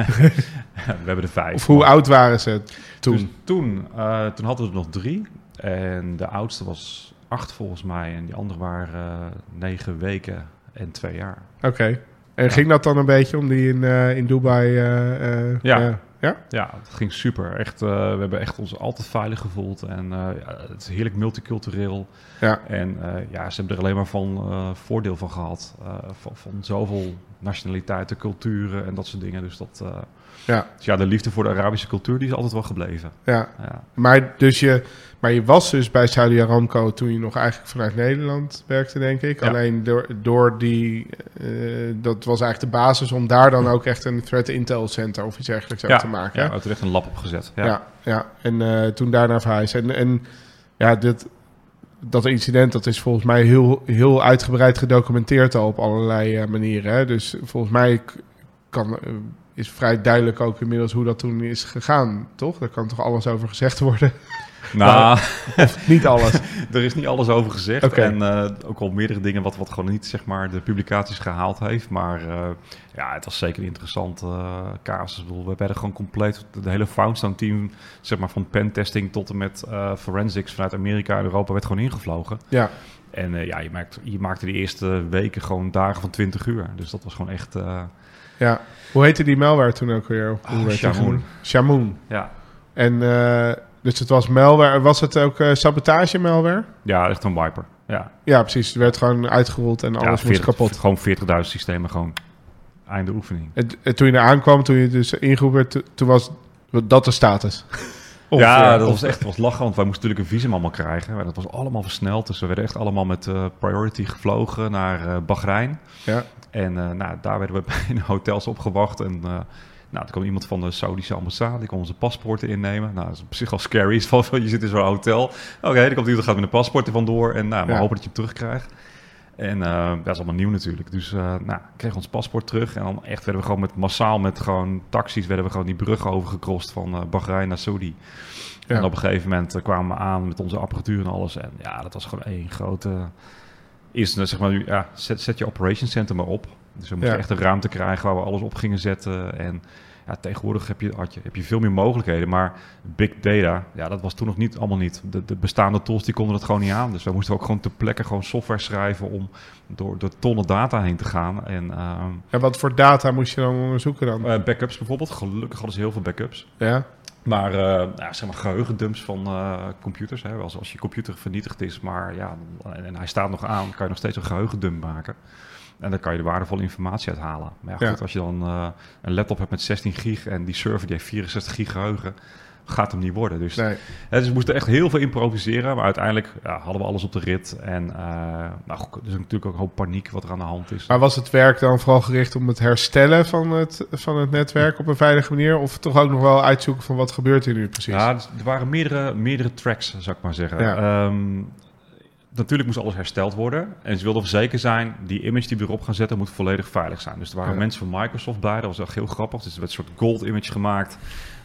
we hebben er vijf. Of hoe oud waren ze toen? Dus toen, uh, toen hadden we er nog drie. En de oudste was acht volgens mij. En die andere waren uh, negen weken en twee jaar. Oké. Okay. En Ja. ging dat dan een beetje om die in, uh, in Dubai? Uh, uh, Ja. Uh, ja? Ja, het ging super. Echt, uh, we hebben echt ons altijd veilig gevoeld. En uh, ja, het is heerlijk multicultureel. Ja. En uh, ja, ze hebben er alleen maar van uh, voordeel van gehad. Uh, van, van zoveel nationaliteiten, culturen en dat soort dingen. Dus dat... Uh, Ja. Dus ja, de liefde voor de Arabische cultuur die is altijd wel gebleven. Ja. Ja. Maar, dus je, maar je was dus bij Saudi Aramco toen je nog eigenlijk vanuit Nederland werkte, denk ik. Ja. Alleen door, door die... Uh, dat was eigenlijk de basis om daar dan ook echt een threat intel center of iets dergelijks Ja. over te maken. Ja, hè? we hebben er echt een lab op gezet. Ja. Ja, ja. En uh, toen daarna verhuisd. En, en ja, dit, dat incident dat is volgens mij heel, heel uitgebreid gedocumenteerd al op allerlei uh, manieren. Hè? Dus volgens mij k- kan, uh, is vrij duidelijk ook inmiddels hoe dat toen is gegaan, toch? Daar kan toch alles over gezegd worden? Nou, Niet alles. er is niet alles over gezegd. Oké. En uh, ook wel meerdere dingen wat, wat gewoon niet zeg maar, de publicaties gehaald heeft. Maar uh, ja, het was zeker een interessante uh, casus. Ik bedoel, we werden gewoon compleet, de hele Foundstone team, zeg maar van pentesting tot en met uh, forensics vanuit Amerika en Europa werd gewoon ingevlogen. Ja, En uh, ja, je, maakt, je maakte de eerste weken gewoon dagen van twintig uur. Dus dat was gewoon echt... Uh, ja. Hoe heette die malware toen ook weer? Of hoe Ah, werd die Shamoon. genoemd? Shamoon. ja. En uh, dus het was malware. Was het ook uh, sabotage malware? ja, echt een wiper. Ja, Ja, precies. Het werd gewoon uitgerold en ja, alles moest veertig kapot. Gewoon veertigduizend systemen, gewoon einde oefening. En, en toen je er aankwam, toen je dus ingeroepen werd, to- toen was dat de status. Ongeveer. Ja, dat Of- was echt was lachen, want wij moesten natuurlijk een visum allemaal krijgen. Maar dat was allemaal versneld, dus we werden echt allemaal met uh, priority gevlogen naar uh, Bahrein. Ja, En uh, nou, daar werden we in de hotels opgewacht. En uh, nou, er kwam iemand van de Saudische ambassade, die kon onze paspoorten innemen. Nou, dat is op zich al scary. Is van, je zit in zo'n hotel. Oké, okay, dan komt iemand, gaat met een paspoort er vandoor. En nou, we Ja. hopen dat je hem terugkrijgt. En uh, dat is allemaal nieuw natuurlijk. Dus uh, nou, we kregen ons paspoort terug. En dan echt werden we gewoon met massaal met gewoon taxis, werden we gewoon die brug overgecrossed van uh, Bahrein naar Saudi. Ja. En op een gegeven moment uh, kwamen we aan met onze apparatuur en alles. En ja, dat was gewoon één grote... Eerst, uh, zeg maar, ja, zet, zet je operation center maar op. Dus we moesten Ja. echt een ruimte krijgen waar we alles op gingen zetten. En ja, tegenwoordig heb je, had je, heb je veel meer mogelijkheden. Maar big data, ja, dat was toen nog niet allemaal niet. De, de bestaande tools die konden het gewoon niet aan. Dus we moesten ook gewoon ter plekke gewoon software schrijven om door de tonnen data heen te gaan. En uh, en wat voor data moest je dan onderzoeken dan? uh, backups bijvoorbeeld. Gelukkig hadden ze heel veel backups. Ja, Maar, uh, nou, zeg maar geheugendumps van uh, computers. Hè. Als, als je computer vernietigd is, maar ja, en, en hij staat nog aan, kan je nog steeds een geheugendump maken. En dan kan je de waardevolle informatie uithalen. Maar ja, goed, Ja. als je dan uh, een laptop hebt met zestien gig en die server die heeft vierenzestig gig geheugen, gaat hem niet worden. Dus, nee. hè, dus we moesten echt heel veel improviseren, maar uiteindelijk ja, hadden we alles op de rit. En uh, nou, goed, er is natuurlijk ook een hoop paniek wat er aan de hand is. Maar was het werk dan vooral gericht om het herstellen van het, van het netwerk op een veilige manier? Of toch ook nog wel uitzoeken van wat gebeurt hier nu precies? Ja, dus er waren meerdere, meerdere tracks, zou ik maar zeggen. Ja. Um, natuurlijk moest alles hersteld worden. En ze wilden zeker zijn, die image die we erop gaan zetten moet volledig veilig zijn. Dus er waren Ja. mensen van Microsoft bij. Dat was echt heel grappig. Dus er werd een soort gold image gemaakt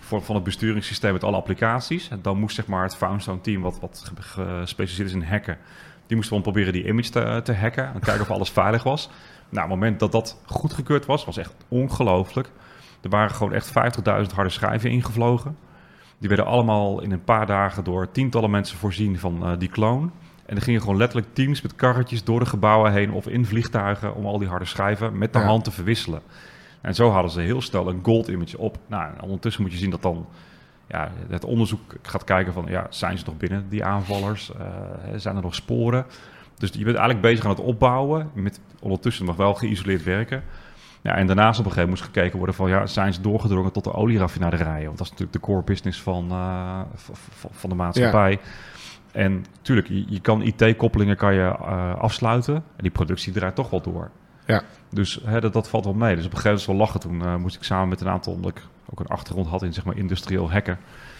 voor, van het besturingssysteem met alle applicaties. En dan moest zeg maar het Foundstone team, wat, wat gespecialiseerd is in hacken, die moest gewoon proberen die image te, te hacken en kijken of alles veilig was. Nou, op het moment dat dat goedgekeurd was, was echt ongelooflijk. Er waren gewoon echt vijftigduizend harde schijven ingevlogen. Die werden allemaal in een paar dagen door tientallen mensen voorzien van uh, die clone. En er gingen gewoon letterlijk teams met karretjes door de gebouwen heen of in vliegtuigen om al die harde schijven met de Ja. hand te verwisselen. En zo hadden ze heel snel een gold image op. Nou, en ondertussen moet je zien dat dan ja, het onderzoek gaat kijken van, ja, zijn ze nog binnen, die aanvallers? Uh, zijn er nog sporen? Dus je bent eigenlijk bezig aan het opbouwen, met ondertussen nog wel geïsoleerd werken. Ja, en daarnaast op een gegeven moment moest gekeken worden van, ja, zijn ze doorgedrongen tot de olieraffinaderijen? Want dat is natuurlijk de core business van, uh, v- van de maatschappij. Ja. En natuurlijk, je, je kan I T-koppelingen kan je uh, afsluiten en die productie draait toch wel door. Ja. Dus hè, dat, dat valt wel mee. Dus op een gegeven moment wel lachen. Toen uh, moest ik samen met een aantal, omdat ik ook een achtergrond had in zeg maar industrieel hacken.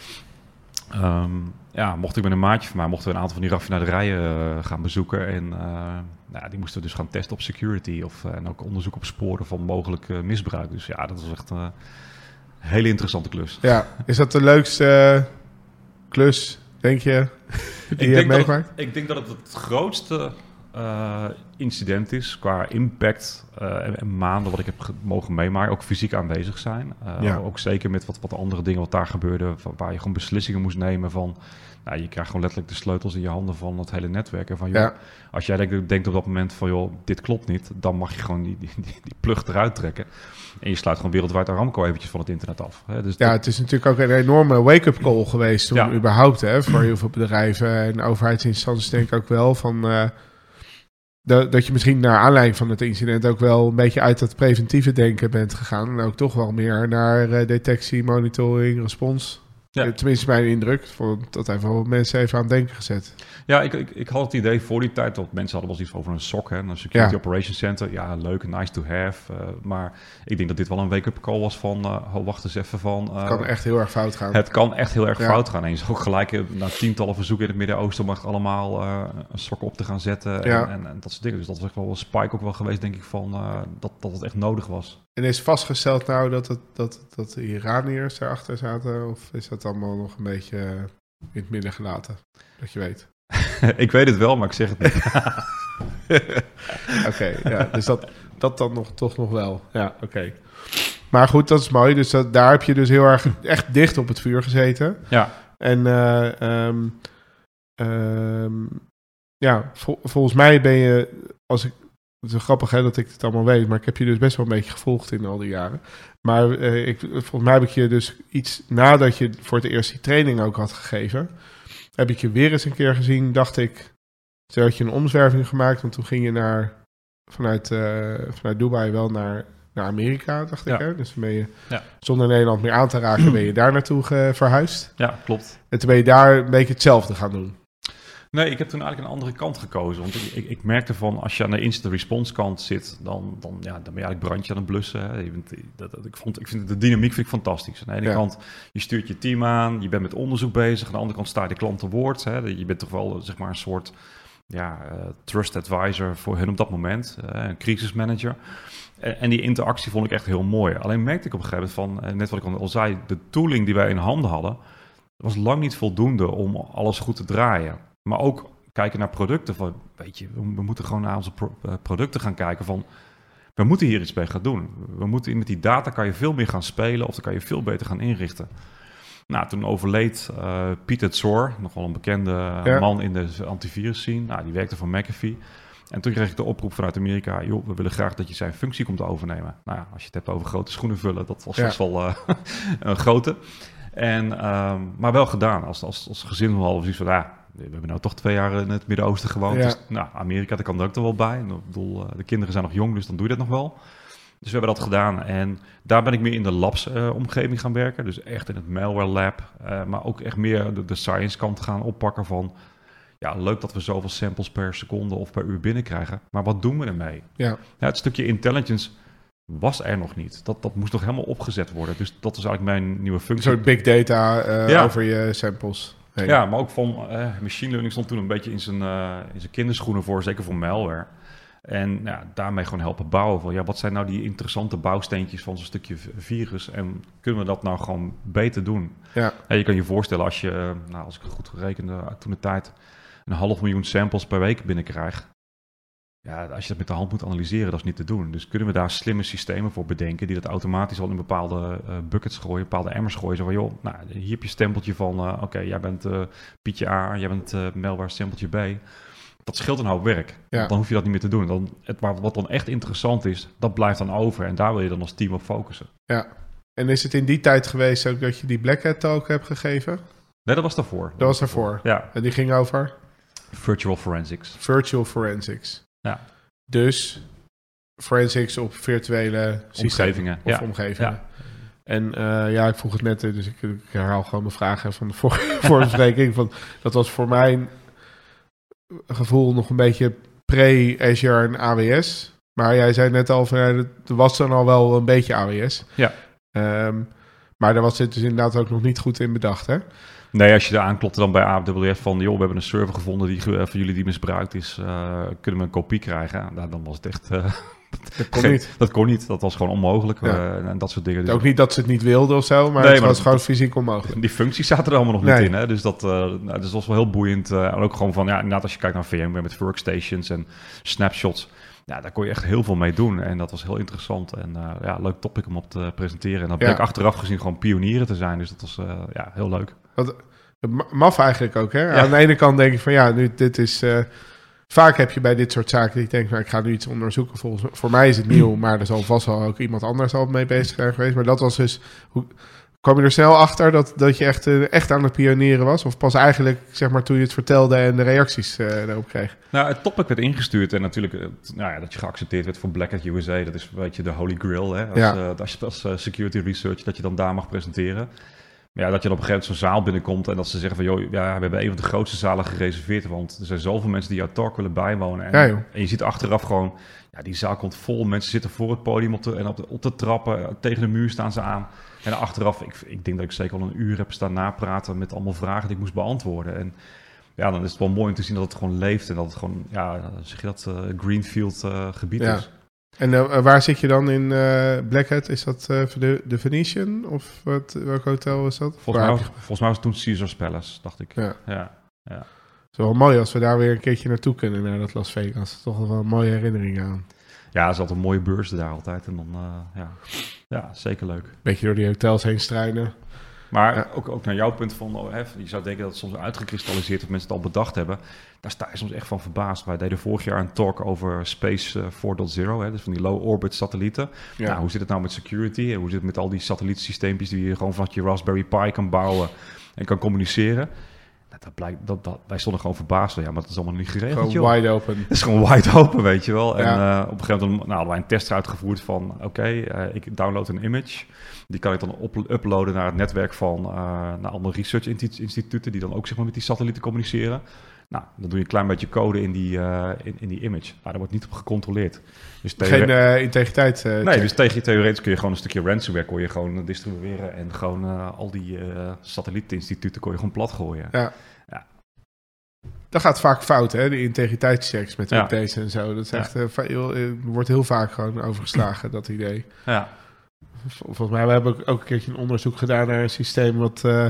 Um, ja, mocht ik met een maatje van mij, mochten we een aantal van die raffinaderijen uh, gaan bezoeken. En uh, nou, die moesten we dus gaan testen op security. Of, uh, en ook onderzoek op sporen van mogelijk uh, misbruik. Dus ja, dat was echt uh, een hele interessante klus. Ja, is dat de leukste uh, klus, denk je, die ik je hebt denk meegemaakt? Het, ik denk dat het het grootste uh, incident is qua impact uh, en, en maanden wat ik heb ge- mogen meemaken. Ook fysiek aanwezig zijn. Uh, Ja. Ook zeker met wat, wat andere dingen wat daar gebeurde. Van, waar je gewoon beslissingen moest nemen van... Nou, je krijgt gewoon letterlijk de sleutels in je handen van het hele netwerk. En van, joh, Ja. als jij denkt, denkt op dat moment van, joh, dit klopt niet, dan mag je gewoon die, die, die, die plug eruit trekken. En je sluit gewoon wereldwijd Aramco eventjes van het internet af. Hè? Dus Ja, dat, het is natuurlijk ook een enorme wake-up call geweest toen Ja. überhaupt, hè, voor heel veel bedrijven en overheidsinstanties denk ik ook wel van uh, dat, dat je misschien naar aanleiding van het incident ook wel een beetje uit dat preventieve denken bent gegaan en ook toch wel meer naar uh, detectie, monitoring, respons. Ja. Ja. Tenminste mijn indruk, vond dat heeft wel mensen even aan het denken gezet. Ja, ik, ik, ik had het idee voor die tijd, dat mensen hadden wel iets over een S O C, hè, een Security Ja. Operations Center. Ja, leuk, nice to have. Uh, maar ik denk dat dit wel een wake-up call was van, uh, oh, wacht eens even van... Uh, Het kan echt heel erg fout gaan. Het kan echt heel erg Ja. fout gaan. En je zag ook gelijk uh, na tientallen verzoeken in het Midden-Oosten om echt allemaal uh, een S O C op te gaan zetten. Ja. En, en, en dat soort dingen. Dus dat was echt wel een spike ook wel geweest, denk ik, van uh, dat, dat het echt nodig was. En is vastgesteld nou dat, het, dat, dat de Iraniërs daarachter zaten? Of is dat allemaal nog een beetje uh, in het midden gelaten? Dat je weet. Ik weet het wel, maar ik zeg het niet. Oké, okay, ja, dus dat, dat dan nog, toch nog wel. Ja, oké. Okay. Maar goed, dat is mooi. Dus dat, daar heb je dus heel erg echt dicht op het vuur gezeten. Ja. En uh, um, um, ja, vol, volgens mij ben je, als ik, het is wel grappig hè, dat ik het allemaal weet, maar ik heb je dus best wel een beetje gevolgd in al die jaren. Maar uh, ik, volgens mij heb ik je dus iets, nadat je voor het eerst die training ook had gegeven, heb ik je weer eens een keer gezien, dacht ik, toen had je een omzwerving gemaakt, want toen ging je naar, vanuit, uh, vanuit Dubai wel naar, naar Amerika, dacht Ja. ik. Hè? Dus toen ben je, Ja. zonder Nederland meer aan te raken, ben je daar naartoe ge, verhuisd. Ja, klopt. En toen ben je daar een beetje hetzelfde gaan doen. Nee, ik heb toen eigenlijk een andere kant gekozen. Want ik, ik, ik merkte van, als je aan de instant response kant zit, dan, dan, ja, dan ben je eigenlijk brandje aan het blussen. Hè. Je bent, dat, dat, ik, vond, ik vind de dynamiek vind ik fantastisch. Aan de ene Ja. kant, je stuurt je team aan, je bent met onderzoek bezig. Aan de andere kant sta je de klant te woord. Hè. Je bent toch wel zeg maar, een soort ja, uh, trust advisor voor hun op dat moment. Uh, een crisismanager. En, en die interactie vond ik echt heel mooi. Alleen merkte ik op een gegeven moment van, uh, net wat ik al zei, de tooling die wij in handen hadden, was lang niet voldoende om alles goed te draaien. Maar ook kijken naar producten. Van, weet je, we, we moeten gewoon naar onze pro- uh, producten gaan kijken van, we moeten hier iets mee gaan doen. We moeten met die data kan je veel meer gaan spelen of dan kan je veel beter gaan inrichten. Nou, toen overleed uh, Pieter Tzor, nog wel een bekende Ja. man in de antivirus scene. Nou, die werkte voor McAfee. En toen kreeg ik de oproep vanuit Amerika, joh, we willen graag dat je zijn functie komt overnemen. Nou ja, als je het hebt over grote schoenen vullen, dat was Ja. best wel uh, een grote. En, um, maar wel gedaan. Als, als, als gezin van half zoiets van, ja, we hebben nou toch twee jaar in het Midden-Oosten gewoond. Ja. Dus, nou, Amerika, daar kan er ook toch wel bij. Ik bedoel, uh, de kinderen zijn nog jong, dus dan doe je dat nog wel. Dus we hebben dat gedaan. En daar ben ik meer in de labs-omgeving uh, gaan werken. Dus echt in het malware lab. Uh, maar ook echt meer de, de science kant gaan oppakken van, ja, leuk dat we zoveel samples per seconde of per uur binnenkrijgen. Maar wat doen we ermee? Ja. Ja, het stukje intelligence was er nog niet. Dat, dat moest nog helemaal opgezet worden. Dus dat is eigenlijk mijn nieuwe Een functie. soort big data uh, Ja. over je samples. Heen. Ja, maar ook van uh, machine learning stond toen een beetje in zijn, uh, in zijn kinderschoenen voor, zeker voor malware. En ja, daarmee gewoon helpen bouwen. Van, ja, wat zijn nou die interessante bouwsteentjes van zo'n stukje virus? En kunnen we dat nou gewoon beter doen? Ja. En je kan je voorstellen als je, nou, als ik goed rekende toen de tijd, een half miljoen samples per week binnenkrijgt. Ja, als je dat met de hand moet analyseren, dat is niet te doen. Dus kunnen we daar slimme systemen voor bedenken die dat automatisch al in bepaalde uh, buckets gooien, bepaalde emmers gooien. Zo van, joh, nou, hier heb je stempeltje van, uh, oké, okay, jij bent uh, Pietje A, jij bent uh, Melwaar stempeltje B. Dat scheelt een hoop werk. Ja. Dan hoef je dat niet meer te doen. Dan, het, maar wat dan echt interessant is, dat blijft dan over. En daar wil je dan als team op focussen. Ja. En is het in die tijd geweest ook dat je die Black Hat talk hebt gegeven? Nee, dat was daarvoor. Dat, dat was daarvoor? Ja. En die ging over? Virtual forensics. Virtual forensics. Ja. Dus forensics op virtuele omgevingen. Of ja. omgevingen. Ja. En uh, ja, ik vroeg het net, dus ik, ik herhaal gewoon mijn vragen van de vorige voorbespreking. Van, dat was voor mijn gevoel nog een beetje pre-Azure en A W S. Maar jij zei net al, van, ja, er was dan al wel een beetje A W S. Ja. Um, maar daar was dit dus inderdaad ook nog niet goed in bedacht, hè? Nee, als je daar aanklopte dan bij A W S van, joh, we hebben een server gevonden die uh, voor jullie die misbruikt is, uh, kunnen we een kopie krijgen? Nou, dan was het echt... Uh, dat kon geen, niet. Dat kon niet, dat was gewoon onmogelijk Ja. uh, en dat soort dingen. Dus ook niet dat ze het niet wilden of zo, maar nee, het maar was dat, gewoon fysiek onmogelijk. Die functies zaten er allemaal nog nee. niet in, hè? Dus dat, uh, nou, dus dat was wel heel boeiend. Uh, en ook gewoon van, ja, inderdaad als je kijkt naar VMware met workstations en snapshots, ja, daar kon je echt heel veel mee doen. En dat was heel interessant. En uh, ja, leuk topic om op te presenteren. En dat bleek Ja. achteraf gezien gewoon pionieren te zijn. Dus dat was uh, ja, heel leuk. Wat, maf eigenlijk ook, hè? Ja. Aan de ene kant denk je van, ja, nu dit is... Uh, vaak heb je bij dit soort zaken die je denkt, nou, ik ga nu iets onderzoeken. Volgens, voor mij is het nieuw, maar er zal vast wel ook iemand anders al mee bezig zijn geweest. Maar dat was dus... Hoe, kwam je er snel achter dat, dat je echt, uh, echt aan het pionieren was? Of pas eigenlijk, zeg maar, toen je het vertelde en de reacties uh, daarop kreeg? Nou, het topic werd ingestuurd en natuurlijk, het, nou ja, dat je geaccepteerd werd voor Black Hat U S A, dat is een beetje de holy grail, hè? Als, Ja. uh, als je als uh, security research, dat je dan daar mag presenteren. Maar ja, dat je dan op een gegeven moment zo'n zaal binnenkomt en dat ze zeggen van, joh, ja, we hebben een van de grootste zalen gereserveerd, want er zijn zoveel mensen die jouw talk willen bijwonen. En, Ja, en je ziet achteraf gewoon, ja, die zaal komt vol, mensen zitten voor het podium op de, en op de, op de trappen, tegen de muur staan ze aan. En achteraf, ik, ik denk dat ik zeker wel een uur heb staan napraten met allemaal vragen die ik moest beantwoorden. En ja, dan is het wel mooi om te zien dat het gewoon leeft en dat het gewoon, ja, zeg je dat, uh, greenfield uh, gebied Ja. is. En uh, waar zit je dan in uh, Black Hat? Is dat uh, de, de Venetian? Of wat, welk hotel is dat? Volgens mij, Waar was, volgens mij was het toen Caesars Palace, dacht ik. Ja. Ja, ja. Het is wel mooi als we daar weer een keertje naartoe kunnen, naar dat Las Vegas. Toch wel een mooie herinnering aan. Ja, er zat een mooie beurs daar altijd. En dan, uh, ja. ja, zeker leuk. Beetje door die hotels heen struinen. Maar Ja. ook, ook naar jouw punt van, oh, hè, je zou denken dat het soms uitgekristalliseerd dat mensen het al bedacht hebben. Daar sta je soms echt van verbaasd. Wij deden vorig jaar een talk over Space uh, vier punt nul, hè, dus van die low-orbit satellieten. Ja. Nou, hoe zit het nou met security? En hoe zit het met al die satellietsysteempjes die je gewoon van je Raspberry Pi kan bouwen en kan communiceren? Nou, dat blijkt, dat, dat, wij stonden gewoon verbaasd van, ja, maar dat is allemaal niet geregeld, Gewoon joh. wide open. Het is gewoon wide open, weet je wel. En Ja. uh, op een gegeven moment nou, hadden wij een test uitgevoerd van, oké, okay, uh, ik download een image. Die kan ik dan op- uploaden naar het netwerk van uh, naar andere research instituten die dan ook zeg maar, met die satellieten communiceren. Nou, dan doe je een klein beetje code in die, uh, in, in die image. Nou, daar wordt niet op gecontroleerd. Dus theore- Geen uh, integriteit. Uh, nee, check. dus tegen je theoretisch kun je gewoon een stukje ransomware kon je gewoon distribueren en gewoon uh, al die uh, satellietinstituten kon je gewoon plat gooien. Ja. Ja. Dat gaat vaak fout, hè? De integriteitschecks met Ja. updates en zo. Dat is Ja. echt, uh, va- heel, uh, wordt heel vaak gewoon overgeslagen, dat idee. Ja. Vol- Volgens mij, we hebben ook, ook een keertje een onderzoek gedaan naar een systeem wat uh,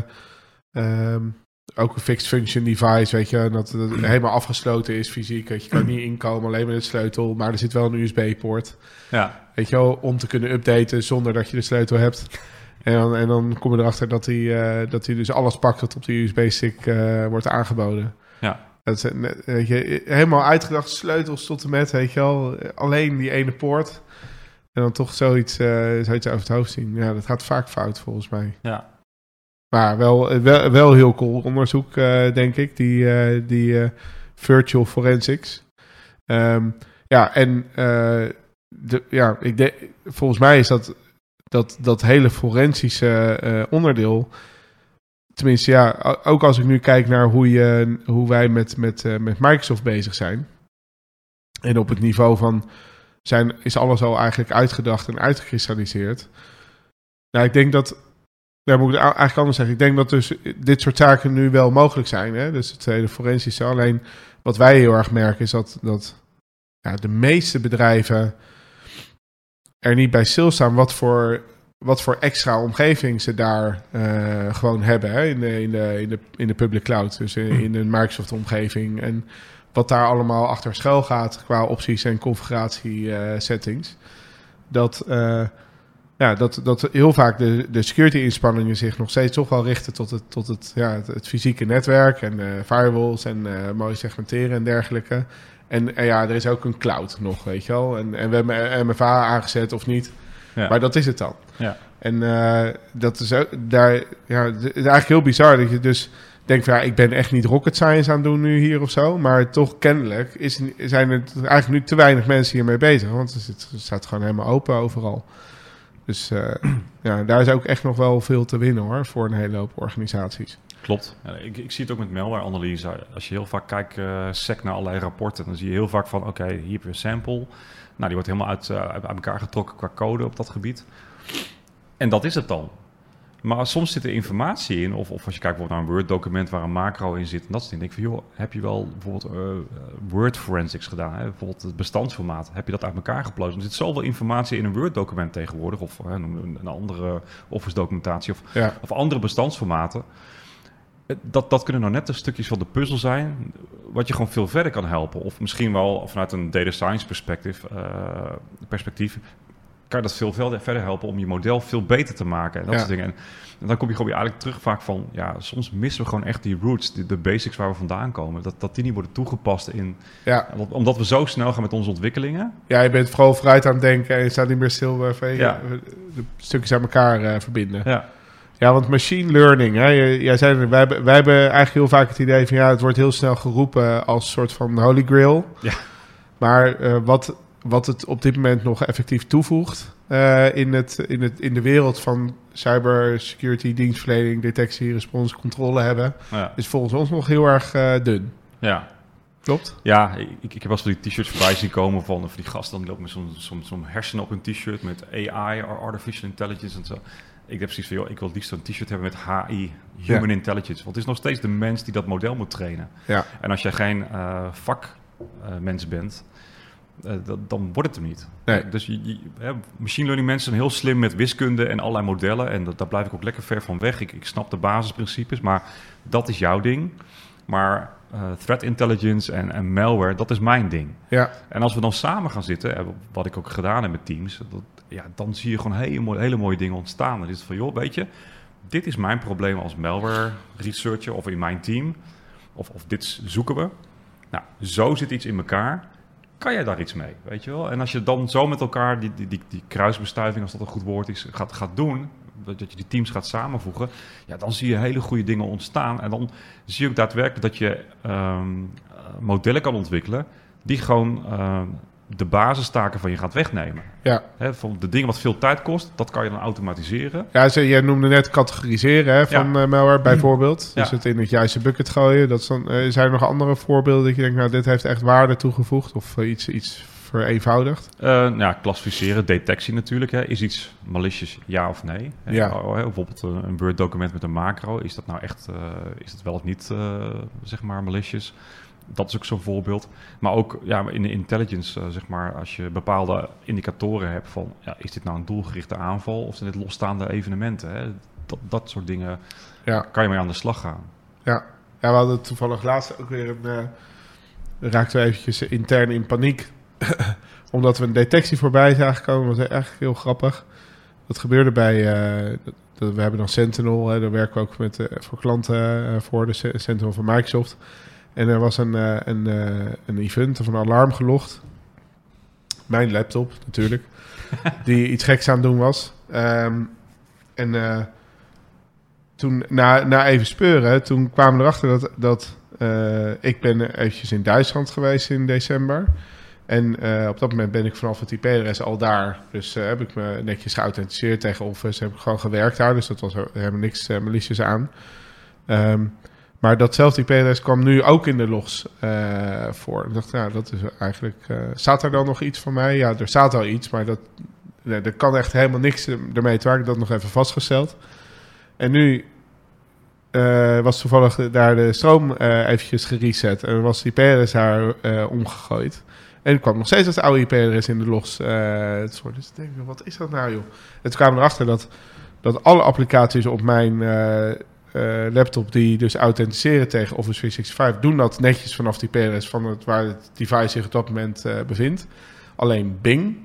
um, ook een fixed function device, weet je, en dat het helemaal afgesloten is fysiek. Weet je, je kan niet inkomen alleen met het sleutel, maar er zit wel een U S B-poort. Ja. Weet je wel, om te kunnen updaten zonder dat je de sleutel hebt. En dan, en dan kom je erachter dat hij uh, dat hij dus alles pakt wat op de U S B-stick uh, wordt aangeboden. Ja. Dat is, net, weet je, helemaal uitgedacht, sleutels tot en met, weet je wel, alleen die ene poort. En dan toch zoiets, uh, zoiets over het hoofd zien. Ja, dat gaat vaak fout volgens mij. Ja. Maar wel, wel, wel heel cool onderzoek, uh, denk ik, die, uh, die uh, virtual forensics. Um, ja, en uh, de, ja, ik de, volgens mij is dat, dat, dat hele forensische uh, onderdeel... Tenminste, ja, ook als ik nu kijk naar hoe, je, hoe wij met, met, uh, met Microsoft bezig zijn. En op het niveau van, zijn, is alles al eigenlijk uitgedacht en uitgekristalliseerd. Nou, ik denk dat, daar moet ik eigenlijk anders zeggen. Ik denk dat dus dit soort zaken nu wel mogelijk zijn. Hè? Dus het hele forensische. Alleen wat wij heel erg merken is dat, dat ja, de meeste bedrijven er niet bij stilstaan wat voor, wat voor extra omgeving ze daar uh, gewoon hebben hè, in, de, in, de, in, de, in de public cloud. Dus in, in de Microsoft-omgeving. En wat daar allemaal achter schuil gaat qua opties en configuratie uh, settings. Dat, uh, ja, dat, dat heel vaak de, de security-inspanningen zich nog steeds toch wel richten tot het, tot het, ja, het, het fysieke netwerk en uh, firewalls en uh, mooi segmenteren en dergelijke. En, en ja, er is ook een cloud nog, weet je wel. En, en we hebben M F A aangezet of niet. Ja. Maar dat is het dan. Ja. En uh, dat is ook, daar, ja, het is eigenlijk heel bizar dat je dus denkt van ja, ik ben echt niet rocket science aan het doen nu hier of zo. Maar toch kennelijk is, zijn er eigenlijk nu te weinig mensen hiermee bezig. Want het staat gewoon helemaal open overal. Dus uh, ja, daar is ook echt nog wel veel te winnen hoor, voor een hele hoop organisaties. Klopt. Ja, ik, ik zie het ook met malware-analyse. Als je heel vaak kijkt, uh, sec naar allerlei rapporten, dan zie je heel vaak van, oké, okay, hier heb je een sample. Nou, die wordt helemaal uit, uh, uit elkaar getrokken qua code op dat gebied. En dat is het dan. Maar soms zit er informatie in, of, of als je kijkt bijvoorbeeld naar een Word-document waar een macro in zit, en dat soort dingen. Denk ik van, joh, heb je wel bijvoorbeeld uh, Word forensics gedaan? Hè? Bijvoorbeeld het bestandsformaat, heb je dat uit elkaar geplozen? Er zit zoveel informatie in een Word-document tegenwoordig, of uh, een andere Office-documentatie, of, ja. of andere bestandsformaten. Dat, dat kunnen nou net de stukjes van de puzzel zijn, wat je gewoon veel verder kan helpen. Of misschien wel vanuit een data science perspectief, uh, perspectief kan je dat veel verder helpen om je model veel beter te maken. En dat ja. soort dingen. En, en dan kom je gewoon weer eigenlijk terug vaak van, ja, soms missen we gewoon echt die roots, de, de basics waar we vandaan komen. Dat, dat die niet worden toegepast in, ja. omdat we zo snel gaan met onze ontwikkelingen. Ja, je bent vooral vooruit aan het denken en je staat niet meer stil uh, van je, ja. de stukjes aan elkaar uh, verbinden. Ja. Ja, want machine learning, hè, jij zei er, wij, hebben, wij hebben eigenlijk heel vaak het idee van ja, het wordt heel snel geroepen als soort van holy grail. Ja. Maar uh, wat, wat het op dit moment nog effectief toevoegt uh, in, het, in, het, in de wereld van cybersecurity, dienstverlening, detectie, respons, controle hebben, ja. is volgens ons nog heel erg uh, dun. Ja. Klopt? Ja, ik, ik heb wel eens van die t-shirts voorbij zien komen van, van die gasten, die lopen met zo'n, zo'n, zo'n hersenen op een t-shirt met A I, Artificial Intelligence en zo. Ik heb precies van, joh, ik wil het liefst een t-shirt hebben met H I, Human ja. Intelligence. Want het is nog steeds de mens die dat model moet trainen. Ja. En als jij geen uh, vakmens uh, bent, uh, dat, dan wordt het hem niet. Nee. Dus je, je, hè, machine learning mensen zijn heel slim met wiskunde en allerlei modellen. En dat, daar blijf ik ook lekker ver van weg. Ik, ik snap de basisprincipes, maar dat is jouw ding. Maar uh, threat intelligence en, en malware, dat is mijn ding. Ja. En als we dan samen gaan zitten, wat ik ook gedaan heb met teams, dat, ja, dan zie je gewoon hele mooie, hele mooie dingen ontstaan. En dit is van, joh, weet je, dit is mijn probleem als malware researcher of in mijn team. Of, of dit zoeken we. Nou, zo zit iets in elkaar. Kan jij daar iets mee, weet je wel? En als je dan zo met elkaar die, die, die, die kruisbestuiving, als dat een goed woord is, gaat, gaat doen, dat je die teams gaat samenvoegen, ja, dan zie je hele goede dingen ontstaan. En dan zie je ook daadwerkelijk dat je um, modellen kan ontwikkelen die gewoon uh, de basistaken van je gaat wegnemen. Ja. Hè, van de dingen wat veel tijd kost, dat kan je dan automatiseren. Ja, ze, jij noemde net categoriseren hè, van ja. uh, malware bijvoorbeeld. Ja. Dus het in het juiste bucket gooien. Dat is dan, uh, zijn er nog andere voorbeelden dat je denkt, nou, dit heeft echt waarde toegevoegd of uh, iets, iets vereenvoudigd? Uh, nou ja, klassificeren, detectie natuurlijk. Hè. Is iets malicious, ja of nee? Ja. Hè, bijvoorbeeld een, een Word-document met een macro. Is dat nou echt, uh, is dat wel of niet, uh, zeg maar, malicious? Dat is ook zo'n voorbeeld. Maar ook ja, in de intelligence, uh, zeg maar, als je bepaalde indicatoren hebt van, ja, is dit nou een doelgerichte aanval of zijn dit losstaande evenementen? Hè? Dat, dat soort dingen ja. kan je mee aan de slag gaan. Ja, ja we hadden toevallig laatst ook weer een, uh, raakten we eventjes intern in paniek. Omdat we een detectie voorbij zagen komen. Dat was eigenlijk heel grappig. Dat gebeurde bij, uh, dat, we hebben dan Sentinel, hè, daar werken we ook met, uh, voor klanten uh, voor, de Sentinel van Microsoft. En er was een, uh, een, uh, een event of een alarm gelogd. Mijn laptop natuurlijk. Die iets geks aan het doen was. Um, en uh, toen, na, na even speuren, toen kwamen we erachter dat... dat uh, ik ben eventjes in Duitsland geweest in december. En uh, op dat moment ben ik vanaf het I P-adres al daar. Dus uh, heb ik me netjes geauthenticeerd tegen Office. Heb ik gewoon gewerkt daar. Dus dat was er helemaal niks uh, malicious aan. Um, Maar datzelfde I P-adres kwam nu ook in de logs uh, voor. Ik dacht, nou, dat is eigenlijk... Uh, staat er dan nog iets van mij? Ja, er staat al iets, maar dat, nee, er kan echt helemaal niks ermee te maken. Ik had dat nog even vastgesteld. En nu uh, was toevallig daar de stroom uh, eventjes gereset. En was die I P-adres daar uh, omgegooid. En er kwam nog steeds dat oude I P-adres in de logs. Uh, het soort. Dus ik denk, wat is dat nou, joh? En toen kwamen we erachter dat, dat alle applicaties op mijn uh, uh, laptop die dus authenticeren tegen Office driehonderdzesenzestig doen dat netjes vanaf die I P-adres van het, waar het device zich op dat moment uh, bevindt. Alleen Bing,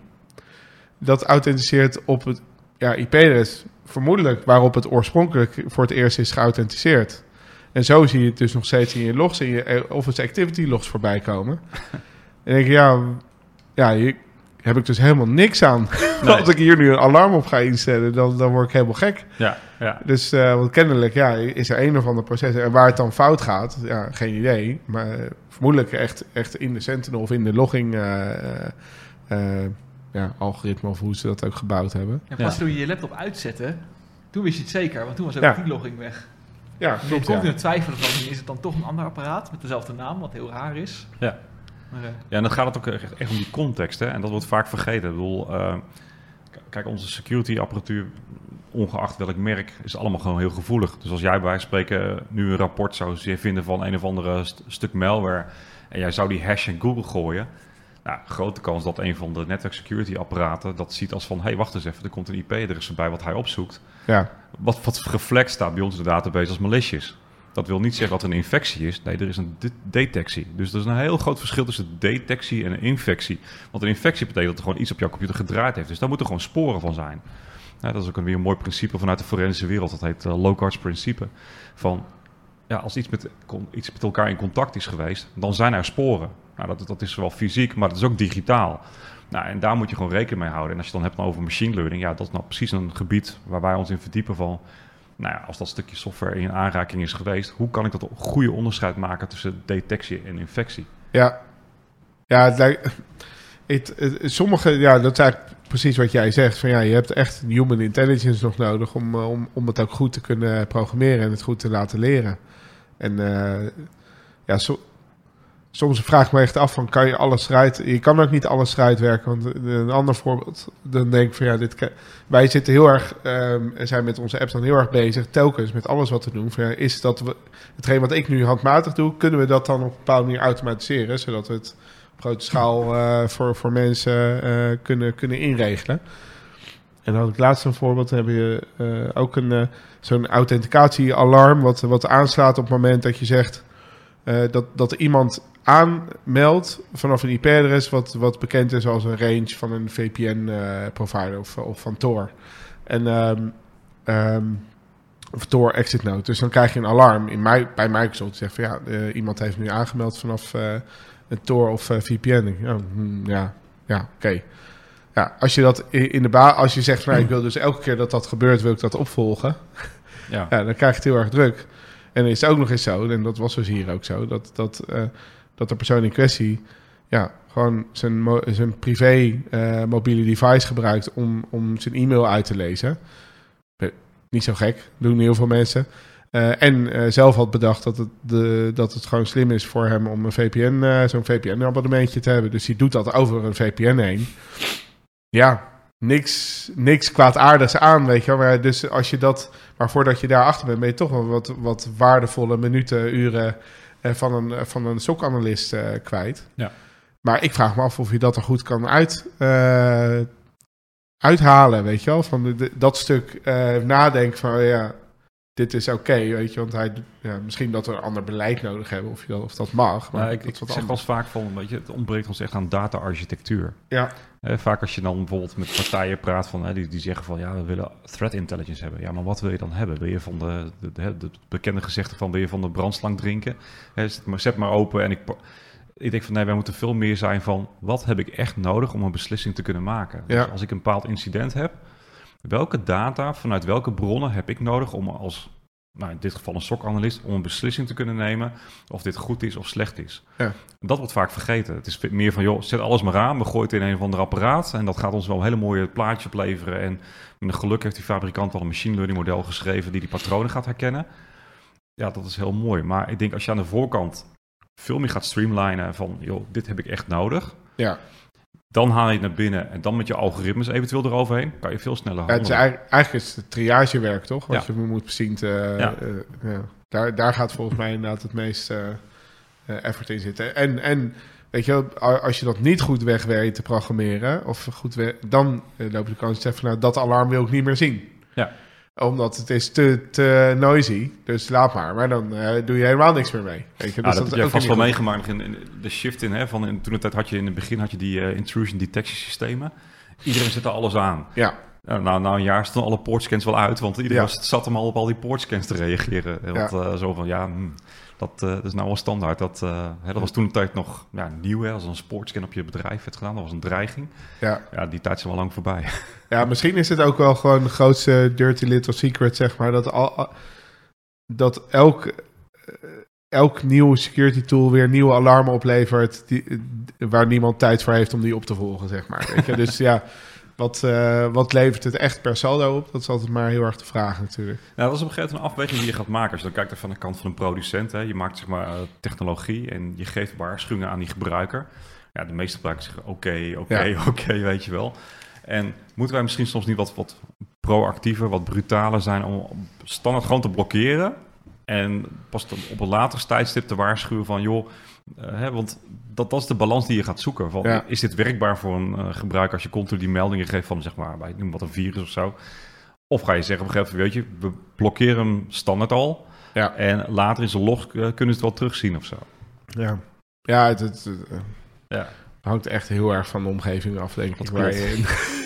dat authenticeert op het ja, I P-adres vermoedelijk waarop het oorspronkelijk voor het eerst is geauthenticeerd. En zo zie je het dus nog steeds in je logs, in je Office Activity logs voorbij komen. En denk ik, ja, ja, hier heb ik dus helemaal niks aan. Nee. Als ik hier nu een alarm op ga instellen, dan, dan word ik helemaal gek. Ja, ja. Dus uh, want kennelijk ja, is er een of ander proces. En waar het dan fout gaat, ja, geen idee. Maar uh, vermoedelijk echt, echt in de Sentinel of in de logging uh, uh, ja, algoritme of hoe ze dat ook gebouwd hebben. Ja, pas ja. toen je je laptop uitzette, toen wist je het zeker. Want toen was ook Ja. die logging weg. Ja, Dus je klopt. komt in Ja. het twijfelen van, is het dan toch een ander apparaat met dezelfde naam, wat heel raar is. Ja. Maar, uh, Ja, en dan gaat het ook echt, echt om die context, hè? En dat wordt vaak vergeten. Ik bedoel, uh, k- kijk, onze security apparatuur, ongeacht welk merk, is allemaal gewoon heel gevoelig. Dus als jij bij wijze van spreken nu een rapport zou vinden van een of andere st- stuk malware en jij zou die hash in Google gooien, nou, grote kans dat een van de network security apparaten dat ziet als van, hé, hey, wacht eens even, er komt een I P-adres bij wat hij opzoekt. Ja. Wat, wat reflect staat bij ons in de database als malicious. Dat wil niet zeggen dat er een infectie is. Nee, er is een de- detectie. Dus er is een heel groot verschil tussen detectie en een infectie. Want een infectie betekent dat er gewoon iets op jouw computer gedraaid heeft. Dus daar moeten gewoon sporen van zijn. Nou, dat is ook een, weer een mooi principe vanuit de forensische wereld. Dat heet uh, Locard's principe. Van, ja, als iets met, con, iets met elkaar in contact is geweest, dan zijn er sporen. Nou, dat, dat is zowel fysiek, maar dat is ook digitaal. Nou, en daar moet je gewoon rekening mee houden. En als je het dan hebt over machine learning, ja, dat is nou precies een gebied waar wij ons in verdiepen van, nou ja, als dat stukje software in aanraking is geweest, hoe kan ik dat goede onderscheid maken tussen detectie en infectie? Ja, ja het lijkt, het, het, sommige, ja, dat is eigenlijk precies wat jij zegt. Van ja, je hebt echt human intelligence nog nodig om, om, om het ook goed te kunnen programmeren en het goed te laten leren. En uh, ja, so, soms vraag ik me echt af van, kan je alles eruit? Je kan ook niet alles eruit werken. Want een ander voorbeeld, dan denk ik van ja, dit, wij zitten heel erg, um, en zijn met onze apps dan heel erg bezig, telkens met alles wat we doen. Van ja, is dat we, hetgeen wat ik nu handmatig doe, kunnen we dat dan op een bepaalde manier automatiseren, zodat we het op grote schaal uh, voor, voor mensen uh, kunnen, kunnen inregelen. En dan had ik laatst een voorbeeld, dan heb je uh, ook een, uh, zo'n authenticatiealarm wat, wat aanslaat op het moment dat je zegt uh, dat, dat er iemand aanmeldt vanaf een I P-adres wat, wat bekend is als een range van een V P N-provider uh, of, of van Tor. En um, um, of Tor exit node. Dus dan krijg je een alarm in my, bij Microsoft. Zegt van ja, uh, iemand heeft nu aangemeld vanaf uh, een Tor of uh, V P N. Oh, hmm, ja, ja, oké. Okay. Ja, als je dat in de ba- als je zegt van nou, ik wil dus elke keer dat dat gebeurt, wil ik dat opvolgen. Ja. Ja, dan krijg je het heel erg druk. En dan is het ook nog eens zo, en dat was dus hier ook zo, dat, dat, uh, dat de persoon in kwestie ja, gewoon zijn, mo- zijn privé uh, mobiele device gebruikt om, om zijn e-mail uit te lezen. Uh, niet zo gek, doen heel veel mensen. Uh, en uh, zelf had bedacht dat het, de, dat het gewoon slim is voor hem om een V P N, uh, zo'n V P N-abonnementje te hebben. Dus hij doet dat over een V P N heen. Ja, niks, niks kwaadaardigs aan, weet je wel. Maar dus als je dat, maar voordat je daarachter bent, ben je toch wel wat, wat waardevolle minuten, uren uh, van een, van een S O C-analyst uh, kwijt. Ja. Maar ik vraag me af of je dat er goed kan uit, uh, uithalen, weet je wel. Van de, de, dat stuk uh, nadenken van, ja, dit is oké, okay, weet je. Want hij, ja, misschien dat we een ander beleid nodig hebben, of, je dat, of dat mag. Maar Nou, ik dat ik wat zeg anders. wel vaak van, weet je, het ontbreekt ons echt aan data-architectuur. Ja, Eh, vaak als je dan bijvoorbeeld met partijen praat van, hè, die, die zeggen van ja, we willen threat intelligence hebben. Ja, maar wat wil je dan hebben? Wil je van de, de, de, de bekende gezegde van, wil je van de brandslang drinken? Hè, zet, maar, zet maar open en ik, ik denk van nee, wij moeten veel meer zijn van, wat heb ik echt nodig om een beslissing te kunnen maken? Ja. Dus als ik een bepaald incident heb, welke data, vanuit welke bronnen heb ik nodig om als, nou in dit geval een S O C-analyst, om een beslissing te kunnen nemen of dit goed is of slecht is. Ja. Dat wordt vaak vergeten. Het is meer van, joh, zet alles maar aan, we gooien het in een of ander apparaat en dat gaat ons wel een hele mooie plaatje opleveren. En met een geluk heeft die fabrikant al een machine learning model geschreven die die patronen gaat herkennen. Ja, dat is heel mooi. Maar ik denk als je aan de voorkant veel meer gaat streamlinen van, joh, dit heb ik echt nodig. ja. Dan haal je het naar binnen en dan met je algoritmes eventueel eroverheen, kan je veel sneller Ja, het is handelen. eigenlijk, eigenlijk is het triagewerk, toch? Wat Ja. je moet zien te... Ja. Uh, ja. Daar, daar gaat volgens mij inderdaad het meest uh, uh, effort in zitten. En, en weet je, als je dat niet goed weg weet te programmeren, of goed we- dan uh, loop je de kans te zeggen, nou, dat alarm wil ik niet meer zien. Ja. Omdat het is te, te noisy, dus laat maar. Maar dan uh, doe je helemaal niks meer mee. Weet je? Nou, Dus dat is heb je ook vast wel niet meegemaakt in, in de shift in. Hè, van in, toen de tijd had je in het begin had je die uh, intrusion detection systemen. Iedereen zet er alles aan. goed. Ja, Uh, nou, na een jaar stonden alle portscans wel uit, want iedereen Ja. was, zat hem al op al die portscans te reageren. Want Ja. uh, zo van, ja, hm, dat, uh, dat is nou wel standaard. Dat, uh, hè, dat was toen de tijd nog ja, nieuw, hè, als een sportscan op je bedrijf werd gedaan. Dat was een dreiging. ja. Ja, die tijd is wel lang voorbij. Ja, misschien is het ook wel gewoon de grootste dirty little secret, zeg maar. Dat, al, dat elk, eh, elk nieuw security tool weer nieuwe alarmen oplevert, die, waar niemand tijd voor heeft om die op te volgen, zeg maar. Weet je? Dus ja, wat, uh, wat levert het echt per saldo op? Dat is altijd maar heel erg de vraag natuurlijk. Nou, dat is op een gegeven moment een afweging die je gaat maken. Als je dan kijkt naar van de kant van een producent. Hè, je maakt zeg maar uh, technologie en je geeft waarschuwingen aan die gebruiker. Ja, de meeste gebruikers zeggen oké, oké, Ja. oké, weet je wel. En moeten wij misschien soms niet wat, wat proactiever, wat brutaler zijn om standaard gewoon te blokkeren. En pas dan op een later tijdstip te waarschuwen van joh, uh, hè, want dat, dat is de balans die je gaat zoeken. Van, Ja. Is dit werkbaar voor een uh, gebruiker als je continu die meldingen geeft van zeg maar, bij noem wat een virus of zo. Of ga je zeggen op een gegeven moment, weet je, we blokkeren hem standaard al. Ja. En later in zijn log uh, kunnen ze het wel terugzien of zo. Ja, ja het, het, het Ja, hangt echt heel erg van de omgeving af, denk ik, Dat waar klopt. je in,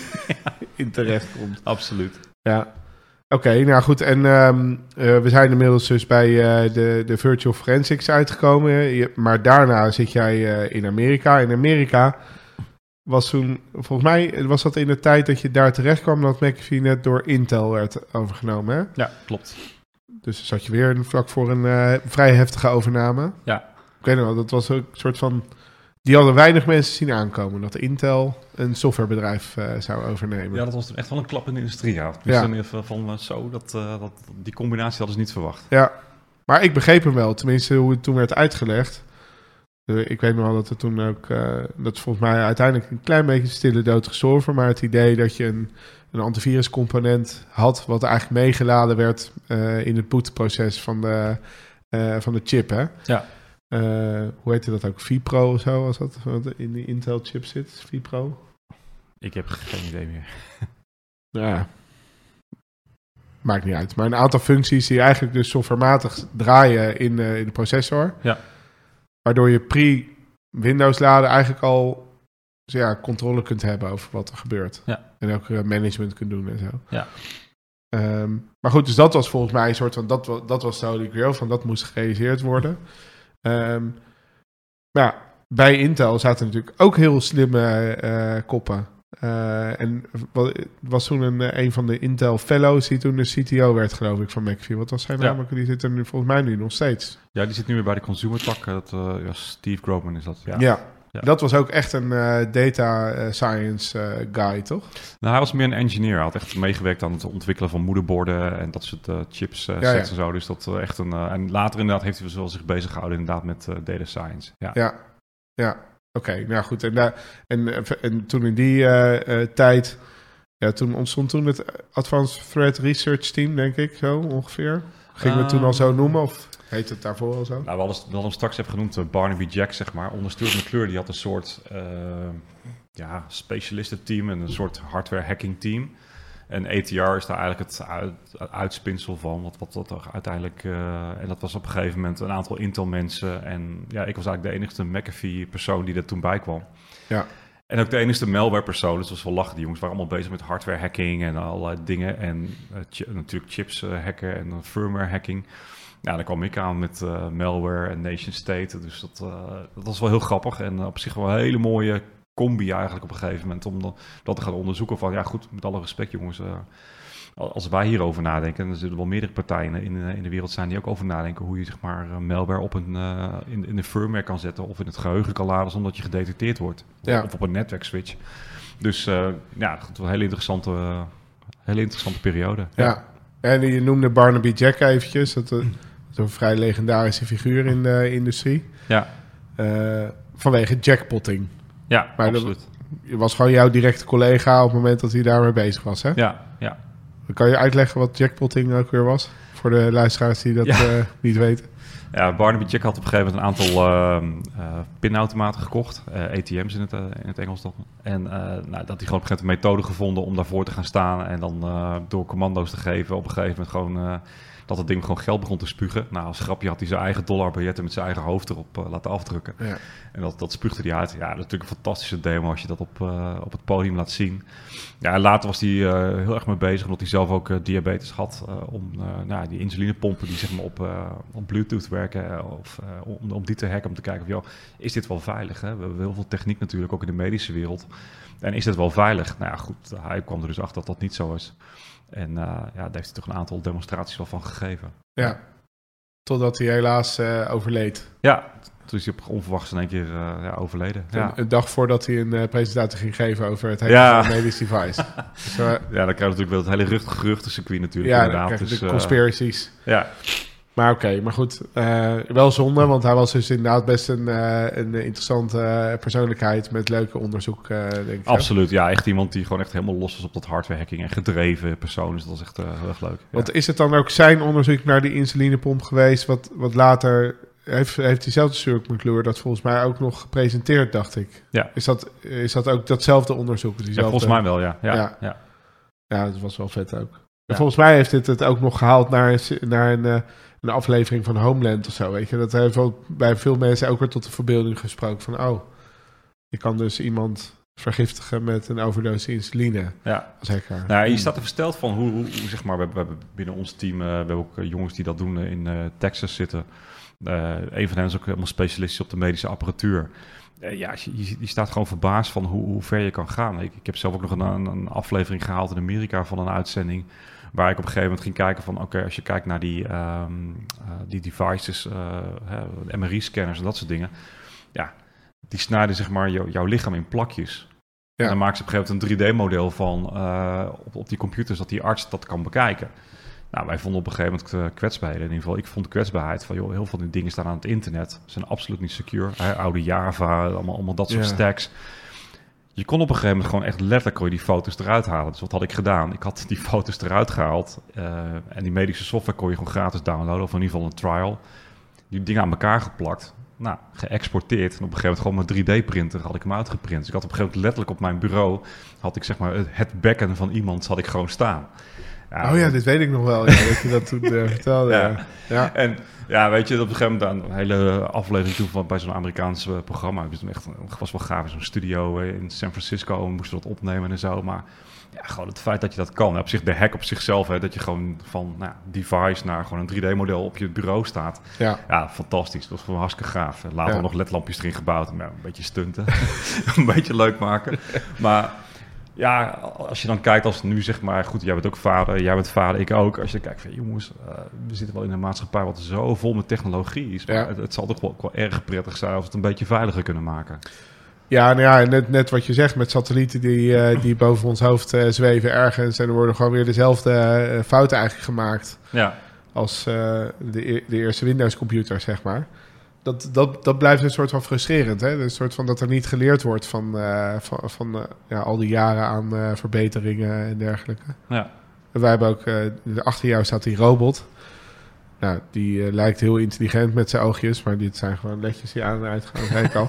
in terecht komt. absoluut. Ja, oké, nou goed. En um, uh, we zijn inmiddels dus bij uh, de, de Virtual Forensics uitgekomen. Je, maar daarna zit jij uh, in Amerika. In Amerika was toen, volgens mij was dat in de tijd dat je daar terecht kwam, dat McAfee net door Intel werd overgenomen. Hè? Ja, klopt. Dus dan zat je weer vlak voor een uh, vrij heftige overname. Ja. Ik weet nog wel, dat was ook een soort van... Die hadden weinig mensen zien aankomen, dat Intel een softwarebedrijf uh, zou overnemen. Ja, dat was toen echt wel een klap in de industrie. Ja. Ja. In ieder geval van uh, zo, dat, uh, dat, die combinatie hadden ze niet verwacht. Ja, maar ik begreep hem wel. Tenminste, hoe het toen werd uitgelegd. Uh, ik weet nog wel dat het toen ook... Uh, dat is volgens mij uiteindelijk een klein beetje stille dood gestorven. Maar het idee dat je een, een antiviruscomponent had... wat eigenlijk meegeladen werd uh, in het bootproces van de, uh, van de chip, hè? Ja. Uh, hoe heette dat ook? Vipro of zo was dat? Wat in die Intel chip zit? Vipro? Ik heb geen idee meer. Ja, maakt niet uit. Maar een aantal functies die eigenlijk dus softwarematig draaien in, uh, in de processor. Ja. Waardoor je pre-Windows laden eigenlijk al dus ja, controle kunt hebben over wat er gebeurt. Ja. En ook uh, management kunt doen en zo. Ja. Um, maar goed, dus dat was volgens mij een soort van... Dat, wa- dat was de Holy Grail, van dat moest gerealiseerd worden. Um, maar ja, bij Intel zaten natuurlijk ook heel slimme uh, koppen. Uh, en wat, was toen een, een van de Intel Fellows die toen de C T O werd, geloof ik, van McAfee. Wat was zijn Ja. naam? ook? Die zit er nu volgens mij nu nog steeds. Ja, die zit nu weer bij de consumer tak. Dat, uh, ja, Steve Groban is dat. Ja. Ja. Ja. Dat was ook echt een uh, data uh, science uh, guy, toch? Nou, hij was meer een engineer. Hij had echt meegewerkt aan het ontwikkelen van moederborden en dat soort uh, chips, uh, Ja, sets ja. en zo. Dus dat uh, echt een. Uh, en later inderdaad heeft hij wel zich bezig gehouden inderdaad met uh, data science. Ja. Ja, ja. Oké, okay, nou goed. En, daar, en, en toen in die uh, uh, tijd, ja, toen ontstond toen het Advanced Threat Research Team, denk ik, zo ongeveer. Gingen we het toen al zo noemen, of heet het daarvoor al zo? Nou, we hadden, we hadden hem straks even genoemd, uh, Barnaby Jack, zeg maar. Onder Stuart McClure, die had een soort uh, ja, specialistenteam en een soort hardware hacking team. En A T R is daar eigenlijk het, uit, het uitspinsel van, wat, wat, wat er uiteindelijk... Uh, en dat was op een gegeven moment een aantal Intel-mensen. En ja, ik was eigenlijk de enigste McAfee-persoon die er toen bij kwam. Ja. En ook de enigste malware-persoon, dus dat was wel lachen. Die jongens waren allemaal bezig met hardware hacking en allerlei dingen. En uh, chi- natuurlijk chips uh, hacken en uh, firmware hacking. Ja, dan kwam ik aan met uh, malware en nation state. Dus dat, uh, dat was wel heel grappig. En uh, op zich wel een hele mooie combi eigenlijk op een gegeven moment. Om dat, dat te gaan onderzoeken van, ja goed, met alle respect jongens. Uh, als wij hierover nadenken, en er zullen wel meerdere partijen in, uh, in de wereld zijn die ook over nadenken hoe je zeg maar uh, malware op een, uh, in, in de firmware kan zetten of in het geheugen kan laden zonder dat je gedetecteerd wordt. Ja. Of op een netwerkswitch. Dus uh, ja, dat was een hele interessante, uh, hele interessante periode. Ja. Ja. En je noemde Barnaby Jack eventjes. Dat, uh, dat is een vrij legendarische figuur in de industrie. Ja, Uh, vanwege jackpotting. ja Maar absoluut. Je was gewoon jouw directe collega op het moment dat hij daarmee bezig was, hè? Ja, ja. Kan je uitleggen wat jackpotting ook weer was? voor de luisteraars die dat Ja. uh, niet weten. Ja, Barnaby Jack had op een gegeven moment een aantal uh, uh, pinautomaten gekocht. Uh, A T M's in het, uh, in het Engels dan. En uh, nou, dat hij gewoon op een gegeven moment een methode gevonden om daarvoor te gaan staan. En dan uh, door commando's te geven op een gegeven moment gewoon... Uh, dat het ding gewoon geld begon te spugen. Nou, als grapje had hij zijn eigen dollarbiljetten met zijn eigen hoofd erop uh, laten afdrukken. Ja. En dat, dat spuugde hij uit. Ja, dat is natuurlijk een fantastische demo als je dat op, uh, op het podium laat zien. Ja, later was hij uh, heel erg mee bezig, omdat hij zelf ook uh, diabetes had. Uh, om uh, nou, die insulinepompen die zeg maar op, uh, op Bluetooth werken. Uh, of uh, om, om die te hacken, om te kijken of, joh, is dit wel veilig? Hè? We hebben heel veel techniek natuurlijk, ook in de medische wereld. En is dit wel veilig? Nou ja, goed, hij kwam er dus achter dat dat niet zo is. En uh, ja, daar heeft hij toch een aantal demonstraties wel van gegeven. Ja, totdat hij helaas uh, overleed. Ja, toen is hij op onverwachts in één keer uh, ja, overleden. Een, ja. een dag voordat hij een uh, presentatie ging geven over het hele ja. medisch device. Dus, uh, ja, dan krijg je natuurlijk wel het hele geruchtencircuit natuurlijk. Ja, inderdaad. dan krijg je dus, de conspiracies. Uh, ja. Maar oké, okay, maar goed. Uh, wel zonde, want hij was dus inderdaad best een, uh, een interessante uh, persoonlijkheid met leuke onderzoek, uh, denk ik. Absoluut, ja. Echt iemand die gewoon echt helemaal los was op dat hardware hacking en gedreven persoon. Dus dat is echt uh, heel erg leuk. Ja. Want is het dan ook zijn onderzoek naar de insulinepomp geweest, wat, wat later... Heeft, heeft diezelfde Stuart McClure dat volgens mij ook nog gepresenteerd, dacht ik. Ja. Is dat, is dat ook datzelfde onderzoek? Diezelfde... Ja, volgens mij wel, ja. Ja, ja. ja. ja dat was wel vet ook. Ja. Volgens mij heeft dit het ook nog gehaald naar, naar een, een aflevering van Homeland of zo, weet je. Dat heeft wel bij veel mensen ook weer tot de verbeelding gesproken van, oh, je kan dus iemand vergiftigen met een overdosis insuline. Ja. Als hacker. Nou, je staat er versteld van hoe, hoe, hoe zeg maar, we hebben, we hebben binnen ons team, uh, we hebben ook uh, jongens die dat doen uh, in uh, Texas zitten. Uh, een van hen is ook helemaal specialistisch op de medische apparatuur. Uh, ja, je, je, je staat gewoon verbaasd van hoe, hoe ver je kan gaan. Ik, ik heb zelf ook nog een, een, een aflevering gehaald in Amerika van een uitzending, waar ik op een gegeven moment ging kijken van, oké, okay, als je kijkt naar die, um, uh, die devices, uh, M R I-scanners en dat soort dingen, ja, die snijden zeg maar jou, jouw lichaam in plakjes. Ja. En dan maken ze op een gegeven moment een drie D-model van uh, op, op die computers, dat die arts dat kan bekijken. Nou, wij vonden op een gegeven moment uh, kwetsbaarheden. In ieder geval, ik vond de kwetsbaarheid van, joh, heel veel van die dingen staan aan het internet. Zijn absoluut niet secure. Hè? Oude Java, allemaal, allemaal dat soort ja. stacks. Je kon op een gegeven moment gewoon echt letterlijk kon je die foto's eruit halen. Dus wat had ik gedaan? Ik had die foto's eruit gehaald. Uh, en die medische software kon je gewoon gratis downloaden. Of in ieder geval een trial. Die dingen aan elkaar geplakt. Nou, geëxporteerd. En op een gegeven moment gewoon met drie D-printer had ik hem uitgeprint. Dus ik had op een gegeven moment letterlijk op mijn bureau, had ik zeg maar het backend van iemand had ik gewoon staan. Ja, oh ja, dit weet ik nog wel. Ja, dat je dat toen uh, vertelde. Ja. Ja. Ja. En ja, weet je, op een gegeven moment een hele aflevering toen van bij zo'n Amerikaans uh, programma. Dus echt, het was wel gaaf in zo'n studio uh, in San Francisco. We moesten dat opnemen en zo. Maar ja, gewoon het feit dat je dat kan. Op zich de hack op zichzelf, hè, dat je gewoon van nou, device naar gewoon een drie D-model op je bureau staat. Ja, ja fantastisch. Dat was gewoon hartstikke gaaf. Later ja. nog ledlampjes erin gebouwd. Nou, een beetje stunten. een beetje leuk maken. Maar ja, als je dan kijkt als nu zeg maar, goed, jij bent ook vader, jij bent vader, ik ook. Als je kijkt van, jongens, uh, we zitten wel in een maatschappij wat zo vol met technologie is. Maar ja. het, het zal toch wel, wel erg prettig zijn als we het een beetje veiliger kunnen maken. Ja, nou ja, net, net wat je zegt met satellieten die, uh, die boven ons hoofd uh, zweven ergens. En er worden gewoon weer dezelfde uh, fouten eigenlijk gemaakt ja. als uh, de, de eerste Windows-computers, zeg maar. Dat, dat, dat blijft een soort van frustrerend. Hè? Een soort van dat er niet geleerd wordt van, uh, van, van uh, ja, al die jaren aan uh, verbeteringen en dergelijke. Ja. En wij hebben ook, uh, achter jou staat die robot. Nou, die uh, lijkt heel intelligent met zijn oogjes, maar dit zijn gewoon ledjes die aan en uit gaan, zei ik al.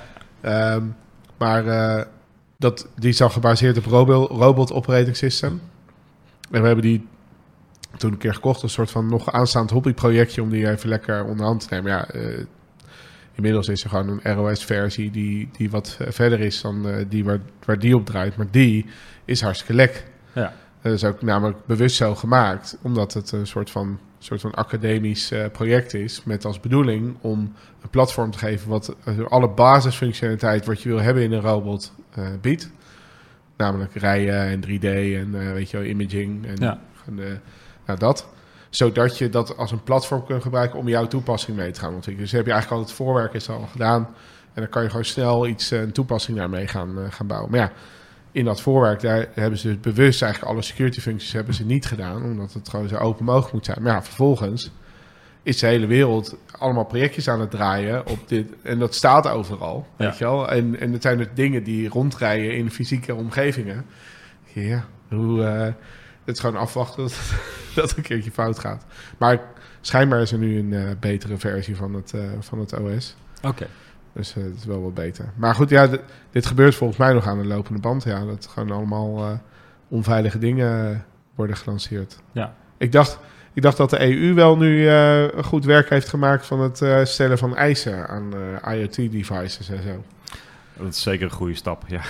Um, maar uh, dat, die is al gebaseerd op Robot, Robot Operating System. En we hebben die toen een keer gekocht, een soort van nog aanstaand hobbyprojectje om die even lekker onder hand te nemen. Ja, uh, inmiddels is er gewoon een R O S-versie die, die wat verder is dan uh, die waar, waar die op draait. Maar die is hartstikke lek. Ja. Dat is ook namelijk bewust zo gemaakt, omdat het een soort van, soort van academisch uh, project is met als bedoeling om een platform te geven wat uh, alle basisfunctionaliteit wat je wil hebben in een robot uh, biedt. Namelijk rijden en drie D en uh, weet je wel, imaging en ja. uh, nou, dat. Zodat je dat als een platform kunt gebruiken om jouw toepassing mee te gaan ontwikkelen. Dus heb je eigenlijk al het voorwerk is al gedaan. En dan kan je gewoon snel iets, een toepassing daarmee gaan, uh, gaan bouwen. Maar ja, in dat voorwerk, daar hebben ze dus bewust eigenlijk alle security functies hebben ze niet gedaan. Omdat het gewoon zo open mogelijk moet zijn. Maar ja, vervolgens is de hele wereld allemaal projectjes aan het draaien op dit. En dat staat overal, ja. weet je wel. En, en het zijn dus dingen die rondrijden in fysieke omgevingen. Ja, hoe... Uh, het is gewoon afwachten dat, dat het een keertje fout gaat. Maar schijnbaar is er nu een uh, betere versie van het, uh, van het O S. Oké. Okay. Dus uh, het is wel wat beter. Maar goed, ja, d- dit gebeurt volgens mij nog aan de lopende band. Ja, dat gewoon allemaal uh, onveilige dingen worden gelanceerd. Ja. Ik dacht, ik dacht dat de E U wel nu uh, goed werk heeft gemaakt van het uh, stellen van eisen aan uh, IoT-devices en zo. Dat is zeker een goede stap, ja.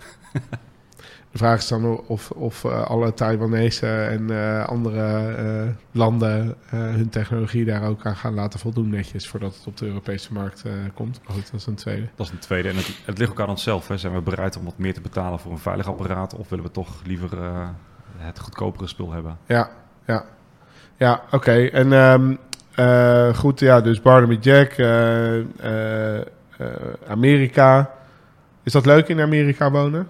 De vraag is dan of, of uh, alle Taiwanese en uh, andere uh, landen uh, hun technologie daar ook aan gaan laten voldoen netjes voordat het op de Europese markt uh, komt. Maar goed, dat is een tweede. Dat is een tweede. En het, het ligt ook aan onszelf. Hè. Zijn we bereid om wat meer te betalen voor een veilig apparaat of willen we toch liever uh, het goedkopere spul hebben? Ja, ja. Ja, oké. Okay. En um, uh, goed, ja, dus Barnaby Jack, uh, uh, uh, Amerika. Is dat leuk in Amerika wonen?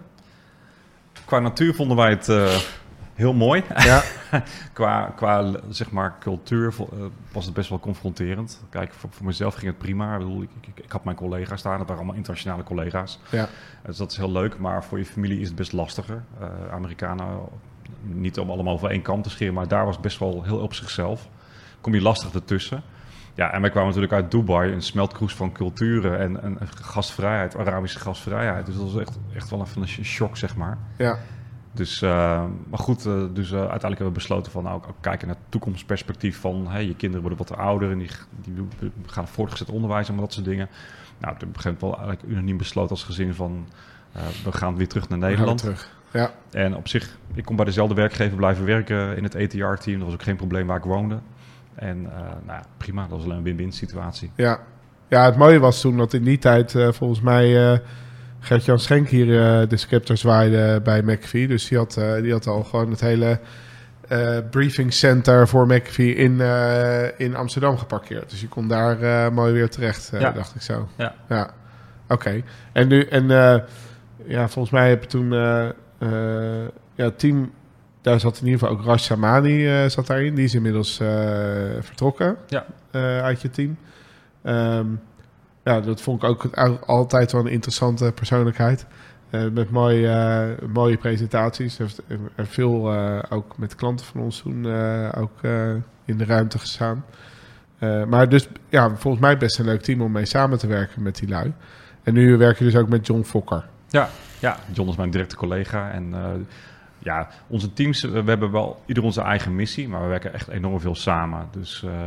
Qua natuur vonden wij het uh, heel mooi. Ja. qua, qua zeg maar cultuur uh, was het best wel confronterend. Kijk, voor, voor mezelf ging het prima. Ik, bedoel, ik, ik, ik had mijn collega's staan, dat waren allemaal internationale collega's. Ja. Dus dat is heel leuk, maar voor je familie is het best lastiger. Uh, Amerikanen, niet om allemaal over één kam te scheren, maar daar was het best wel heel op zichzelf. Kom je lastig ertussen. Ja, en wij kwamen natuurlijk uit Dubai, een smeltkroes van culturen en, en gastvrijheid, Arabische gastvrijheid. Dus dat was echt, echt wel even een shock, zeg maar. Ja. Dus, uh, maar goed, uh, dus uh, uiteindelijk hebben we besloten van nou, ook, ook kijken naar het toekomstperspectief van hey, je kinderen worden wat ouder en die, die gaan voortgezet onderwijs en dat soort dingen. Nou, op een gegeven moment wel eigenlijk unaniem besloten als gezin van uh, we gaan weer terug naar Nederland. Terug. Ja. En op zich, ik kon bij dezelfde werkgever blijven werken in het A T R-team. Dat was ook geen probleem waar ik woonde. En uh, nou, prima, dat was alleen een win-win situatie. Ja. Ja, het mooie was toen dat in die tijd uh, volgens mij uh, Gert-Jan Schenk hier uh, de scepter zwaaide bij McAfee. Dus die had, uh, die had al gewoon het hele uh, briefing center voor McAfee in, uh, in Amsterdam geparkeerd. Dus je kon daar uh, mooi weer terecht, uh, ja. dacht ik zo. Ja. Ja. Oké. Okay. En nu, en uh, ja, volgens mij heb je toen uh, uh, ja, het team... Daar zat in ieder geval ook Raj Samani uh, zat daarin. Die is inmiddels uh, vertrokken ja. uh, uit je team. Um, ja, dat vond ik ook altijd wel een interessante persoonlijkheid. Uh, met mooie, uh, mooie presentaties. Heeft er veel uh, ook met klanten van ons toen uh, ook uh, in de ruimte gestaan. Uh, maar dus ja, volgens mij best een leuk team om mee samen te werken met die lui. En nu werk je dus ook met John Fokker. Ja, ja, John is mijn directe collega en... Uh, Ja, onze teams, we hebben wel ieder onze eigen missie, maar we werken echt enorm veel samen. Dus uh,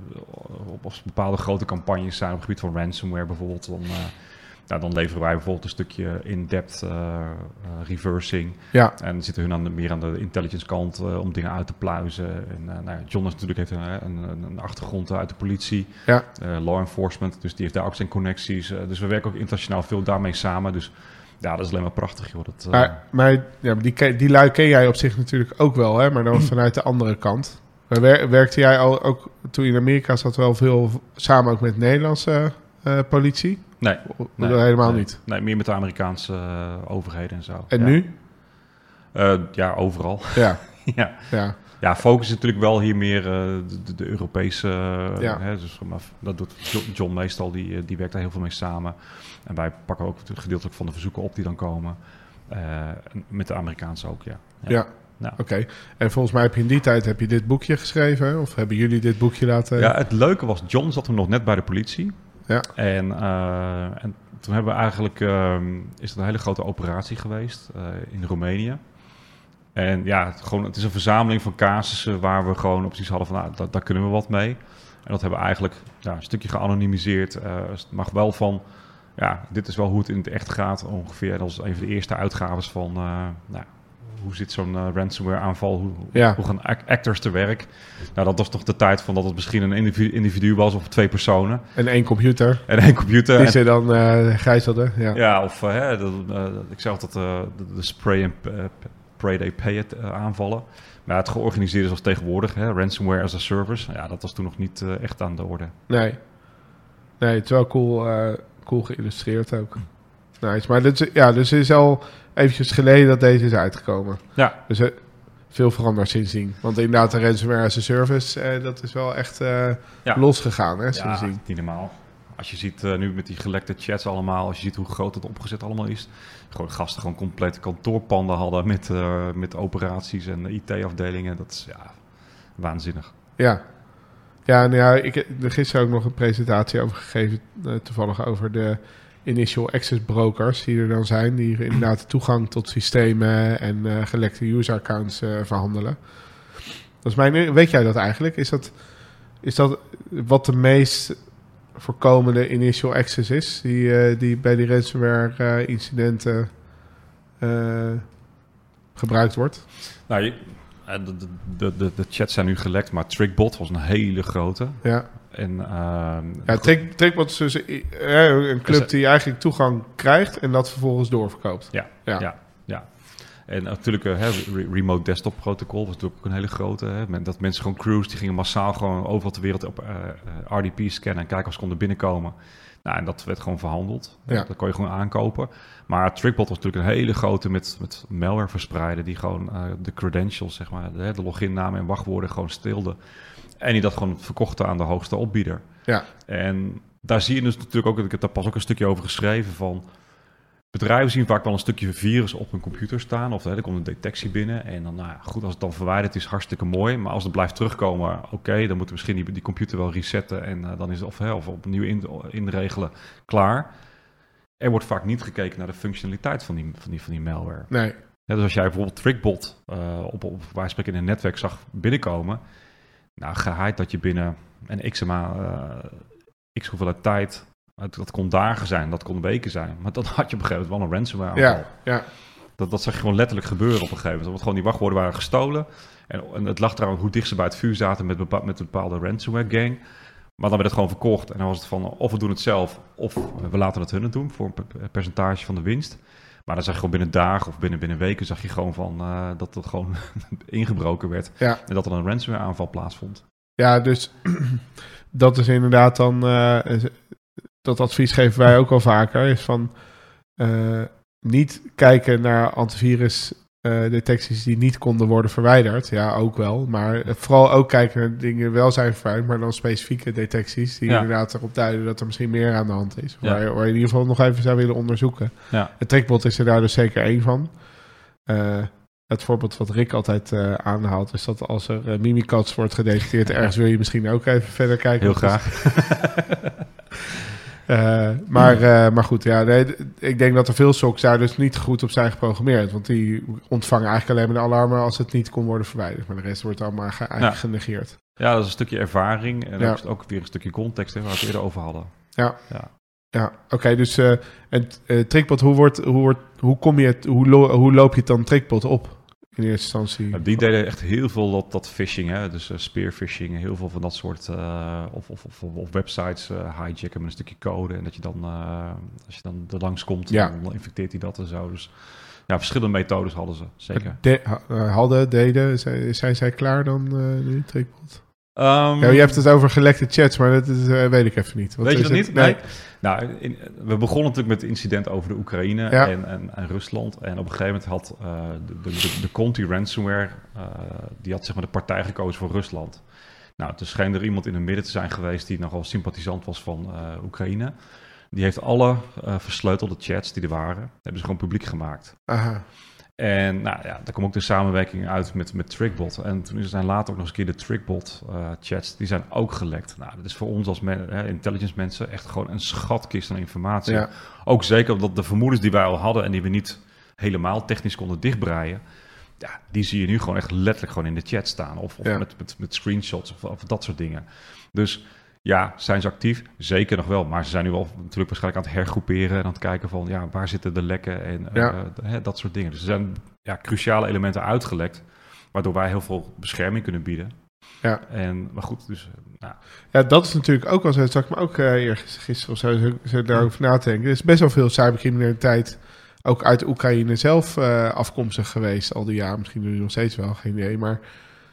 op, als bepaalde grote campagnes zijn op het gebied van ransomware bijvoorbeeld, dan, uh, nou, dan leveren wij bijvoorbeeld een stukje in-depth uh, uh, reversing. Ja. En dan zitten hun aan de, meer aan de intelligence kant uh, om dingen uit te pluizen. En, uh, nou, John is natuurlijk heeft een, een, een achtergrond uit de politie, ja. uh, law enforcement, dus die heeft daar ook zijn connecties. Uh, dus we werken ook internationaal veel daarmee samen. Dus ja, dat is alleen maar prachtig, joh. Dat, uh... Maar, maar ja, die, die lui ken jij op zich natuurlijk ook wel, hè? Maar dan vanuit de andere kant. Maar wer, werkte jij al, ook toen je in Amerika zat, wel veel samen ook met de Nederlandse uh, politie? Nee. O, nee helemaal nee, niet? Nee, meer met de Amerikaanse uh, overheden en zo. En ja. nu? Uh, ja, overal. Ja. ja. ja. Ja, focus is natuurlijk wel hier meer uh, de, de Europese... Uh, ja. hè, dus, maar dat doet John meestal, die, die werkt daar heel veel mee samen. En wij pakken ook gedeeltelijk van de verzoeken op die dan komen. Uh, met de Amerikaanse ook, ja. Ja, ja. Nou. Oké. Okay. En volgens mij heb je in die tijd heb je dit boekje geschreven? Of hebben jullie dit boekje laten... Ja, het leuke was, John zat toen nog net bij de politie. Ja. En, uh, en toen hebben we eigenlijk... Uh, is het een hele grote operatie geweest uh, in Roemenië. En ja, het, gewoon, het is een verzameling van casussen waar we gewoon precies hadden van, nou, da, daar kunnen we wat mee. En dat hebben we eigenlijk ja, een stukje geanonimiseerd. Uh, het mag wel van, ja, dit is wel hoe het in het echt gaat ongeveer. Dat is een van de eerste uitgaves van, uh, nou, hoe zit zo'n uh, ransomware aanval, hoe, ja. hoe gaan actors te werk. Nou, dat was toch de tijd van dat het misschien een individu, individu was of twee personen. En één computer. En één computer. Die ze dan uh, gijzelden. Ja. ja, of uh, hè, de, uh, ik zeg altijd uh, de, de spray en... Uh, Pray They Pay It uh, aanvallen. Maar het georganiseerde zoals tegenwoordig, hè, ransomware as a service. Ja, dat was toen nog niet uh, echt aan de orde. Nee. Nee, het is wel cool, uh, cool geïllustreerd ook. Nice. Maar dit is, ja, dus het is al eventjes geleden dat deze is uitgekomen. Ja. Dus uh, veel veranderd sindsdien. Want inderdaad, de ransomware as a service, uh, dat is wel echt uh, ja. losgegaan, hè, sindsdien. Ja, niet normaal. als je ziet uh, nu met die gelekte chats allemaal, als je ziet hoe groot het opgezet allemaal is. Gewoon gasten gewoon complete kantoorpanden hadden met, uh, met operaties en I T-afdelingen. Dat is ja, waanzinnig. Ja. Ja, nou ja, ik heb er gisteren ook nog een presentatie over gegeven, uh, toevallig over de initial access brokers die er dan zijn, die inderdaad toegang tot systemen en uh, gelekte user accounts uh, verhandelen. Dat is mijn, weet jij dat eigenlijk? Is dat, is dat wat de meest voorkomende initial access is, die, uh, die bij die ransomware uh, incidenten uh, gebruikt wordt? Nou, je, de, de, de, de chats zijn nu gelekt, maar Trickbot was een hele grote. Ja. En, uh, ja, Trick, Trickbot is dus uh, een club die eigenlijk toegang krijgt en dat vervolgens doorverkoopt. Ja, ja, ja. ja. En natuurlijk, uh, re- remote desktop protocol was natuurlijk ook een hele grote. Hè. Dat mensen gewoon crews, die gingen massaal gewoon overal ter wereld op uh, R D P scannen en kijken of ze konden binnenkomen. Nou, en dat werd gewoon verhandeld. Ja. Dat kon je gewoon aankopen. Maar Trickbot was natuurlijk een hele grote met, met malware verspreiden die gewoon uh, de credentials, zeg maar, de, de loginnamen en wachtwoorden gewoon stilde. En die dat gewoon verkochten aan de hoogste opbieder. Ja. En daar zie je dus natuurlijk ook, ik heb daar pas ook een stukje over geschreven van, bedrijven zien vaak wel een stukje virus op hun computer staan. Of hè, er komt een detectie binnen. En dan, nou ja, goed, als het dan verwijderd is, hartstikke mooi. Maar als het blijft terugkomen, oké, okay, dan moeten we misschien die, die computer wel resetten. En uh, dan is het of, hè, of opnieuw in, inregelen, klaar. Er wordt vaak niet gekeken naar de functionaliteit van die, van die, van die malware. Nee. Ja, dus als jij bijvoorbeeld Trickbot uh, op, op waar spreken in een netwerk zag binnenkomen. Nou, geheid dat je binnen een x, uh, x hoeveelheid tijd. Dat kon dagen zijn, dat kon weken zijn. Maar dan had je op een gegeven moment wel een ransomware aanval. Ja, ja. Dat, dat zag je gewoon letterlijk gebeuren op een gegeven moment. Want gewoon die wachtwoorden waren gestolen. En, en het lag eraan hoe dicht ze bij het vuur zaten met, bepa- met een bepaalde ransomware gang. Maar dan werd het gewoon verkocht. En dan was het van, of we doen het zelf, of we laten het hun het doen voor een percentage van de winst. Maar dan zag je gewoon binnen dagen of binnen, binnen weken zag je gewoon van uh, dat het gewoon ingebroken werd. Ja. En dat er een ransomware aanval plaatsvond. Ja, dus dat is inderdaad dan, uh, dat advies geven wij ook al vaker, is van uh, niet kijken naar antivirus uh, detecties die niet konden worden verwijderd. Ja, ook wel. Maar vooral ook kijken naar dingen die wel zijn verwijderd, maar dan specifieke detecties die ja. inderdaad erop duiden dat er misschien meer aan de hand is. Waar, ja. waar je in ieder geval nog even zou willen onderzoeken. Ja. Het Trickbot is er daar dus zeker één van. Uh, het voorbeeld wat Rick altijd uh, aanhaalt is dat als er uh, Mimikatz wordt gedetecteerd ergens, wil je misschien ook even verder kijken. Heel graag. Uh, maar, uh, maar goed, ja, nee, ik denk dat er veel S O C's daar dus niet goed op zijn geprogrammeerd. Want die ontvangen eigenlijk alleen maar de alarmen als het niet kon worden verwijderd. Maar de rest wordt allemaal ge- eigenlijk ja. genegeerd. Ja, dat is een stukje ervaring en ja. ook, ook weer een stukje context, hè, waar we het eerder over hadden. Ja, ja. ja oké. Okay, dus uh, en, uh, Trickbot, hoe, wordt, hoe, wordt, hoe, kom je het, hoe, lo- hoe loop je het dan Trickbot op? In eerste instantie. Ja, die deden echt heel veel dat, dat phishing, hè? Dus uh, spearphishing, heel veel van dat soort uh, of, of, of, of websites uh, hijacken met een stukje code en dat je dan, uh, als je dan er langs komt, ja. dan infecteert hij dat en zo. Dus ja, verschillende methodes hadden ze, zeker. De, uh, hadden, deden, zijn, zijn zij klaar dan uh, nu, Trickbot? Um, ja, je hebt het over gelekte chats, maar dat is, uh, weet ik even niet. Wat weet je is dat het? niet? Nee. nee. Nou, in, we begonnen natuurlijk met het incident over de Oekraïne ja. en, en, en Rusland. En op een gegeven moment had uh, de, de, de, de Conti ransomware, uh, die had zeg maar de partij gekozen voor Rusland. Nou, er scheen er iemand in het midden te zijn geweest die nogal sympathisant was van uh, Oekraïne. Die heeft alle uh, versleutelde chats die er waren, hebben ze gewoon publiek gemaakt. Aha. En nou ja, daar kwam ook de samenwerking uit met, met Trickbot. En toen zijn later ook nog eens een keer de Trickbot uh, chats, die zijn ook gelekt. Nou, dat is voor ons als men, hè, intelligence mensen echt gewoon een schatkist aan informatie. Ja. Ook zeker omdat de vermoedens die wij al hadden en die we niet helemaal technisch konden dichtbreien, ja, die zie je nu gewoon echt letterlijk gewoon in de chat staan. Of, of ja. met, met, met screenshots of, of dat soort dingen. Dus ja, zijn ze actief? Zeker nog wel. Maar ze zijn nu al natuurlijk waarschijnlijk aan het hergroeperen en aan het kijken van, ja, waar zitten de lekken en ja. uh, hè, dat soort dingen. Dus er zijn ja, cruciale elementen uitgelekt, waardoor wij heel veel bescherming kunnen bieden. Ja. En, maar goed, dus... Nou. Ja, dat is natuurlijk ook al zo, zag ik me ook uh, gisteren of zo, zo, zo daarover na te denken. Er is best wel veel cybercriminaliteit ook uit de Oekraïne zelf uh, afkomstig geweest al die jaren. Misschien nu nog steeds wel, geen idee, maar...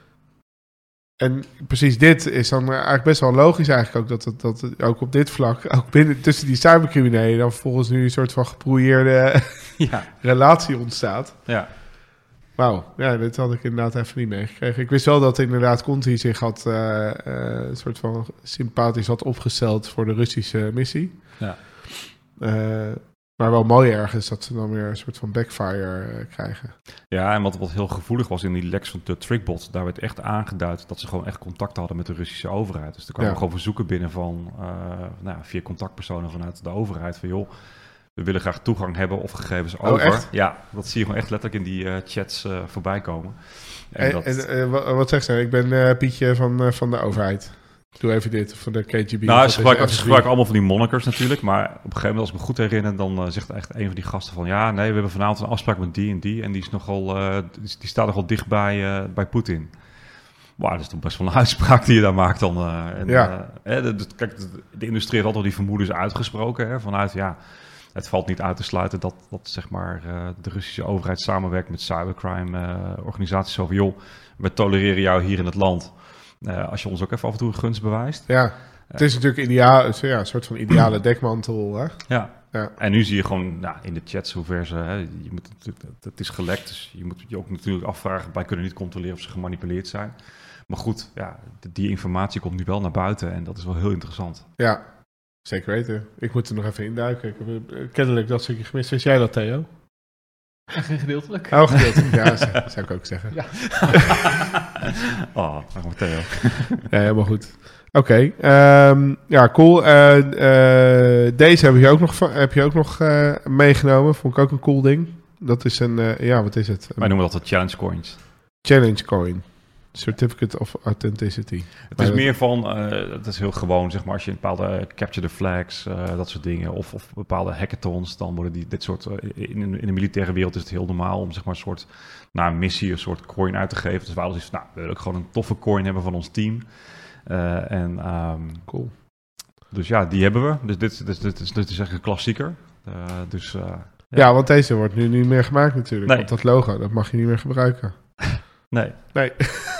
En precies dit is dan eigenlijk best wel logisch eigenlijk ook, dat het, dat het ook op dit vlak, ook binnen tussen die cybercriminelen, dan vervolgens nu een soort van gebrouilleerde ja. relatie ontstaat. Ja. Wauw, ja, dit had ik inderdaad even niet meegekregen. Ik wist wel dat inderdaad Conti zich had uh, uh, een soort van sympathisch had opgesteld voor de Russische missie. Ja. Uh, maar wel mooi ergens dat ze dan weer een soort van backfire uh, krijgen. Ja, en wat, wat heel gevoelig was in die leks van de Trickbot, daar werd echt aangeduid dat ze gewoon echt contact hadden met de Russische overheid. Dus er kwamen Ja. gewoon verzoeken binnen van, uh, nou, via contactpersonen vanuit de overheid van joh, we willen graag toegang hebben of gegevens over. echt? Ja, dat zie je gewoon echt letterlijk in die uh, chats uh, voorbij komen. En, En, dat, en uh, wat, wat zegt ze? Ik ben uh, Pietje van, uh, van de overheid. Doe even dit, van de K G B. nou, ze gebruiken, ze gebruiken allemaal van die monikers natuurlijk, maar op een gegeven moment, als ik me goed herinner, dan uh, zegt echt een van die gasten van, ja, nee, we hebben vanavond een afspraak met die en die, en die is nogal, uh, die, die staat nogal dicht bij, uh, bij Poetin. Wauw, dat is toch best wel een uitspraak die je daar maakt dan. Uh, en, Ja. uh, hè, de, de, kijk, de, de industrie heeft altijd die vermoedens uitgesproken, hè, vanuit, ja, het valt niet uit te sluiten dat, dat zeg maar, uh, de Russische overheid samenwerkt met cybercrime uh, organisaties zo van, joh, we tolereren jou hier in het land. Uh, als je ons ook even af en toe een gunst bewijst. Ja, het is natuurlijk ideaal, het is, ja, een soort van ideale dekmantel. Hè? Ja. Ja. En nu zie je gewoon nou, in de chats hoe ver ze... Hè, je moet, het, het is gelekt, dus je moet je ook natuurlijk afvragen... wij kunnen niet controleren of ze gemanipuleerd zijn. Maar goed, ja, die informatie komt nu wel naar buiten en dat is wel heel interessant. Ja, zeker weten. Ik moet er nog even induiken. Ik heb uh, kennelijk dat stukje gemist. Wist jij dat, Theo? Geen gedeeltelijk. Oh, gedeeltelijk. Ja, zou, zou ik ook zeggen. Ja. Oh, dag Matteo. Ja, helemaal goed. Oké, okay, um, ja, cool. Uh, uh, deze heb je ook nog, heb je ook nog uh, meegenomen. Vond ik ook een cool ding. Dat is een, uh, ja, wat is het? Wij noemen dat de challenge coins. Challenge coin. Certificate of Authenticity. Het is meer van, uh, het is heel gewoon, zeg maar, als je een bepaalde capture the flags, uh, dat soort dingen, of, of bepaalde hackathons, dan worden die, dit soort, uh, in, in de militaire wereld is het heel normaal om, zeg maar, een soort, na een missie, een soort coin uit te geven. Dus wij hadden dus, nou, we willen ook gewoon een toffe coin hebben van ons team. Uh, en, um, cool. Dus ja, die hebben we. Dus dit, dit, dit, is, dit is echt een klassieker. Uh, dus, uh, ja. ja, want deze wordt nu niet meer gemaakt natuurlijk. Nee. Want dat logo, dat mag je niet meer gebruiken. Nee. Nee.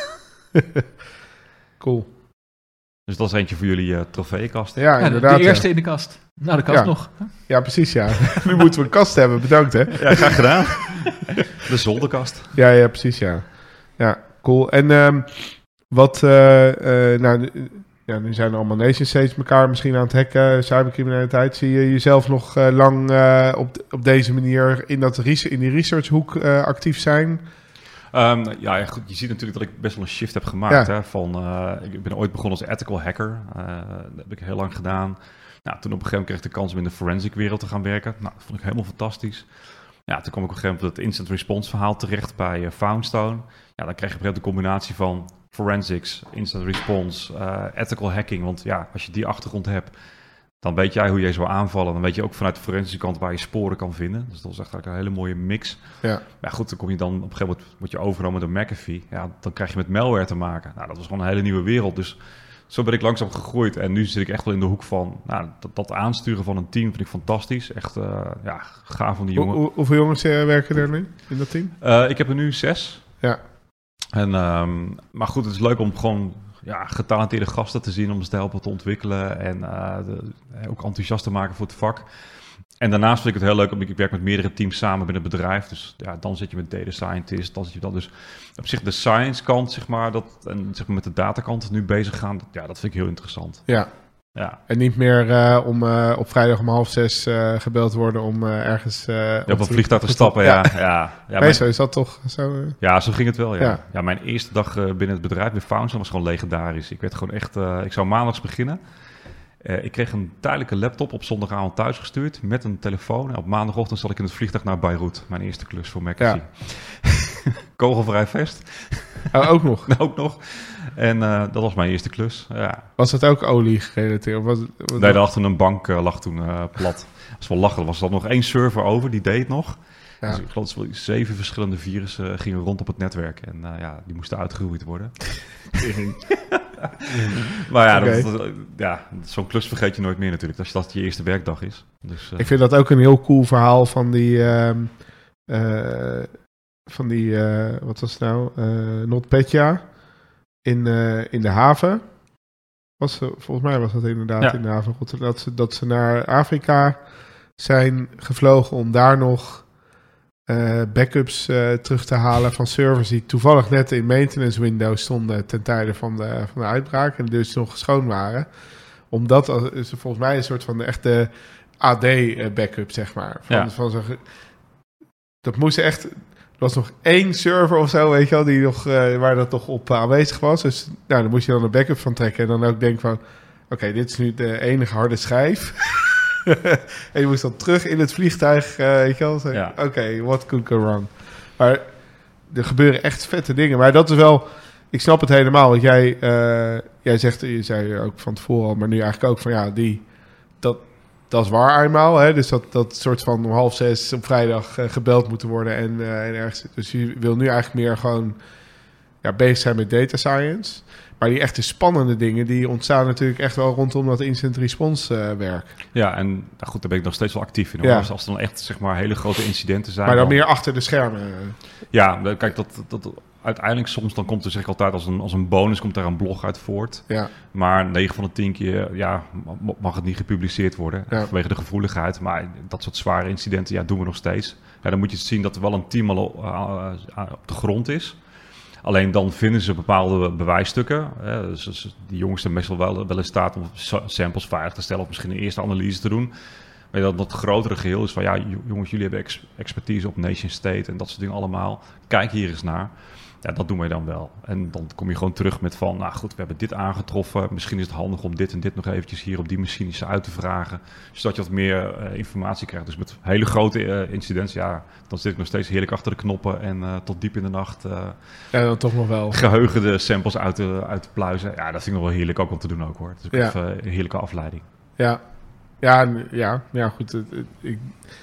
Cool. Dus dat is eentje voor jullie uh, trofeeënkast. Ja, Ja, inderdaad. de eerste ja. in de kast. Nou, de kast Ja. nog. Ja, precies, ja. Nu moeten we een kast hebben. Bedankt, hè. Ja, graag gedaan. De zolderkast. Ja, ja, precies, ja. Ja, cool. En um, wat... Uh, uh, nou, ja, nu zijn er allemaal nation states elkaar misschien aan het hacken. Cybercriminaliteit. Zie je jezelf nog uh, lang uh, op, op deze manier in, dat res- in die researchhoek uh, actief zijn? Um, ja, goed, je ziet natuurlijk dat ik best wel een shift heb gemaakt. Ja. Hè, van, uh, ik ben ooit begonnen als ethical hacker. Uh, dat heb ik heel lang gedaan. Nou, toen op een gegeven moment kreeg ik de kans om in de forensic wereld te gaan werken. Nou, dat vond ik helemaal fantastisch. Ja, toen kwam ik op een gegeven moment op het instant response verhaal terecht bij uh, Foundstone. Ja, dan krijg je op een gegeven moment de combinatie van forensics, instant response, uh, ethical hacking. Want ja, als je die achtergrond hebt, dan weet jij hoe je zou aanvallen. Dan weet je ook vanuit de forensische kant waar je sporen kan vinden. Dus dat was echt een hele mooie mix. Ja. Maar goed, dan kom je dan op een gegeven moment, word je overgenomen door McAfee. Ja, dan krijg je met malware te maken. Nou, dat was gewoon een hele nieuwe wereld. Dus zo ben ik langzaam gegroeid. En nu zit ik echt wel in de hoek van, nou, dat, dat aansturen van een team vind ik fantastisch. Echt, uh, ja, gaaf van die Hoe, jongen. hoe, hoeveel jongens uh, werken er nu in dat team? Uh, ik heb er nu zes. Ja. En, um, maar goed, het is leuk om gewoon ja, getalenteerde gasten te zien, om ze te helpen te ontwikkelen en uh, de, ook enthousiast te maken voor het vak. En daarnaast vind ik het heel leuk, omdat ik werk met meerdere teams samen binnen het bedrijf. Dus ja, dan zit je met data scientists, dan zit je dan dus op zich de science kant, zeg maar, dat, en zeg maar met de datakant nu bezig gaan. Ja, dat vind ik heel interessant. Ja. Ja. En niet meer uh, om uh, op vrijdag om half zes uh, gebeld worden om uh, ergens... Uh, Ja, op op een vliegtuig te stappen, ja. ja. ja. ja Meestal is dat toch zo... Uh... Ja, zo ging het wel, ja. Ja. Ja, mijn eerste dag uh, binnen het bedrijf, bij Foundstone, was gewoon legendarisch. Ik werd gewoon echt... Uh, ik zou maandags beginnen. Uh, ik kreeg een tijdelijke laptop op zondagavond thuisgestuurd met een telefoon. En op maandagochtend zat ik in het vliegtuig naar Beirut. Mijn eerste klus voor McAfee. Ja. Kogelvrij vest. Oh, ook nog? ook nog. En uh, dat was mijn eerste klus, ja. Was dat ook olie gerelateerd? Was, was nee, daarachter een bank uh, lag toen uh, plat. Dat is wel lachen. Er was dan nog één server over, die deed het nog. Ja. Dus ik geloof dat zeven verschillende virussen uh, gingen rond op het netwerk. En uh, ja, die moesten uitgeroeid worden. maar ja, okay. dat, dat, ja, zo'n klus vergeet je nooit meer natuurlijk. Als dat je eerste werkdag is. Dus, uh, ik vind dat ook een heel cool verhaal van die... Uh, uh, van die, uh, wat was het nou? Uh, NotPetya in, uh, in de haven. Was, uh, volgens mij was dat inderdaad ja. in de haven. Dat ze, dat ze naar Afrika zijn gevlogen om daar nog uh, backups uh, terug te halen van servers die toevallig net in maintenance window stonden ten tijde van de, van de uitbraak en dus nog schoon waren. Omdat is volgens mij een soort van de echte A D-backup, zeg maar. Van, Ja. van zo'n ge- dat moest echt... Er was nog één server of zo, weet je wel, die nog, uh, waar dat toch op aanwezig was. Dus nou, dan moest je dan een backup van trekken. En dan ook denken van, oké, okay, dit is nu de enige harde schijf. En je moest dan terug in het vliegtuig, uh, weet je wel. Zeggen, Ja. oké, okay, what could go wrong? Maar er gebeuren echt vette dingen. Maar dat is wel... Ik snap het helemaal. Want jij, uh, jij zegt, je zei ook van tevoren al, maar nu eigenlijk ook van ja, die, dat, dat is waar eenmaal. Hè? Dus dat, dat soort van om half zes op vrijdag uh, gebeld moeten worden en, uh, en ergens. Dus je wil nu eigenlijk meer gewoon ja, bezig zijn met data science. Maar die echte spannende dingen, die ontstaan natuurlijk echt wel rondom dat instant response uh, werk. Ja, en nou goed, daar ben ik nog steeds wel actief in. Hoor. Ja. Dus als er dan echt zeg maar hele grote incidenten zijn. Maar dan meer achter de schermen. Ja, kijk, dat, dat uiteindelijk soms dan komt er zeg ik altijd als een, als een bonus komt daar een blog uit voort. Ja. Maar negen van de tien keer ja, mag het niet gepubliceerd worden Ja. vanwege de gevoeligheid. Maar dat soort zware incidenten ja, doen we nog steeds. Ja, dan moet je zien dat er wel een team al uh, op de grond is. Alleen dan vinden ze bepaalde bewijsstukken. Hè. Dus, dus die jongens zijn meestal wel, wel in staat om samples veilig te stellen of misschien een eerste analyse te doen. Maar dat dat grotere geheel is van ja, jongens, jullie hebben ex- expertise op nation state en dat soort dingen allemaal. Kijk hier eens naar. Ja, dat doen wij dan wel. En dan kom je gewoon terug met van, nou goed, we hebben dit aangetroffen. Misschien is het handig om dit en dit nog eventjes hier op die machines uit te vragen. Zodat je wat meer uh, informatie krijgt. Dus met hele grote uh, incidenten, ja, dan zit ik nog steeds heerlijk achter de knoppen. En uh, tot diep in de nacht uh, Ja, dan toch nog wel. geheugende samples uit te, uit te pluizen. Ja, dat vind ik nog wel heerlijk ook om te doen ook hoor. Het is ook Ja. even een heerlijke afleiding. Ja, ja, n- ja, ja goed. Het, het, ik,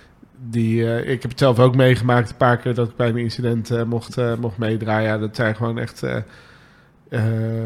die, uh, ik heb het zelf ook meegemaakt een paar keer dat ik bij een incident uh, mocht, uh, mocht meedraaien. Ja, dat zijn gewoon echt uh, uh,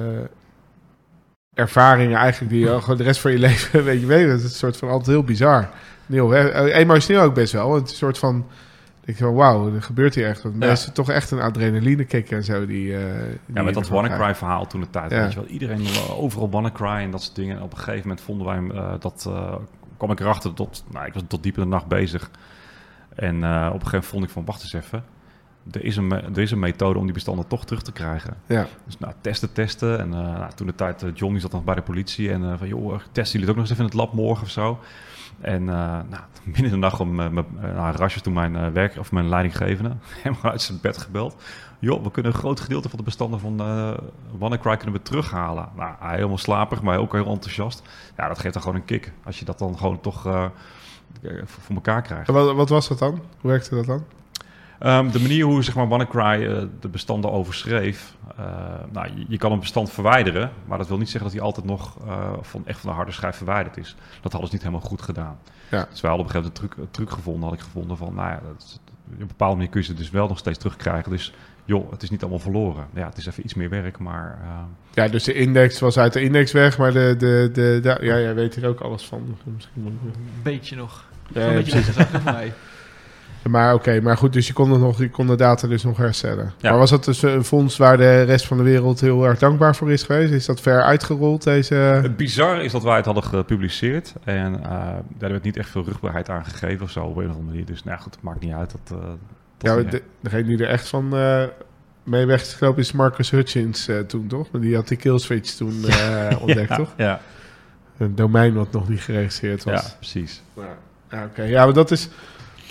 ervaringen eigenlijk die je gewoon de rest van je leven weet je mee. Dat is een soort van altijd heel bizar. Heel, hè, emotioneel ook best wel. Het is een soort van, denk je van wauw, er gebeurt hier echt. Want Ja. mensen toch echt een adrenaline kick en zo. Die, uh, die Ja, met dat ervan WannaCry krijgen. verhaal toen de tijd. Ja. Weet je wel, iedereen uh, overal WannaCry en dat soort dingen. En op een gegeven moment vonden wij hem, uh, dat uh, kwam ik erachter tot, nou, ik was tot diep in de nacht bezig. En uh, op een gegeven moment vond ik van, wacht eens even. Er is, een, me- er is een methode om die bestanden toch terug te krijgen. Ja, Dus nou, testen, testen. En uh, nou, toen de tijd, uh, John die zat nog bij de politie. En uh, van, joh, testen jullie het ook nog eens even in het lab morgen of zo? En uh, nou, midden in de nacht om uh, mijn uh, nou, Rasjes toen mijn uh, werk of mijn leidinggevende helemaal uit zijn bed gebeld. Joh, we kunnen een groot gedeelte van de bestanden van uh, WannaCry kunnen we terughalen. Nou, hij helemaal slapig, maar ook heel enthousiast. Ja, dat geeft dan gewoon een kick. Als je dat dan gewoon toch uh, voor elkaar krijgt. en wat, wat was dat dan? Hoe werkte dat dan? Um, de manier hoe zeg maar, WannaCry uh, de bestanden overschreef. Uh, nou, je, je kan een bestand verwijderen, maar dat wil niet zeggen dat hij altijd nog uh, van, echt van de harde schijf verwijderd is. Dat hadden ze niet helemaal goed gedaan. Ja. Dus wij hadden op een gegeven moment een truc, een truc gevonden, had ik gevonden van, nou ja, dat is, op een bepaalde manier kun je ze dus wel nog steeds terugkrijgen. Dus joh, het is niet allemaal verloren. Ja, het is even iets meer werk, maar... Uh, Ja, dus de index was uit de index weg, maar de, de, de, de ja, jij weet hier ook alles van. Misschien moet ik- Een beetje nog. Ja, een ja, beetje precies. weggezakt voor mij. Maar oké, maar goed, dus je kon, het nog, je kon de data dus nog herstellen. Ja. Maar was dat dus een fonds waar de rest van de wereld heel erg dankbaar voor is geweest? Is dat ver uitgerold, deze... Het bizarre is dat wij het hadden gepubliceerd en uh, daar werd niet echt veel rugbaarheid aan gegeven of zo op een of andere manier. Dus nou ja, goed, het maakt niet uit. Dat, uh, dat Ja, is niet- de, degene die er echt van uh, mee weg is gelopen is Marcus Hutchins uh, toen, toch? Maar die had die killswitch toen uh, ontdekt, ja, toch? Ja, Een domein wat nog niet geregistreerd was. ja, precies. Ja, oké. Ja, maar dat is...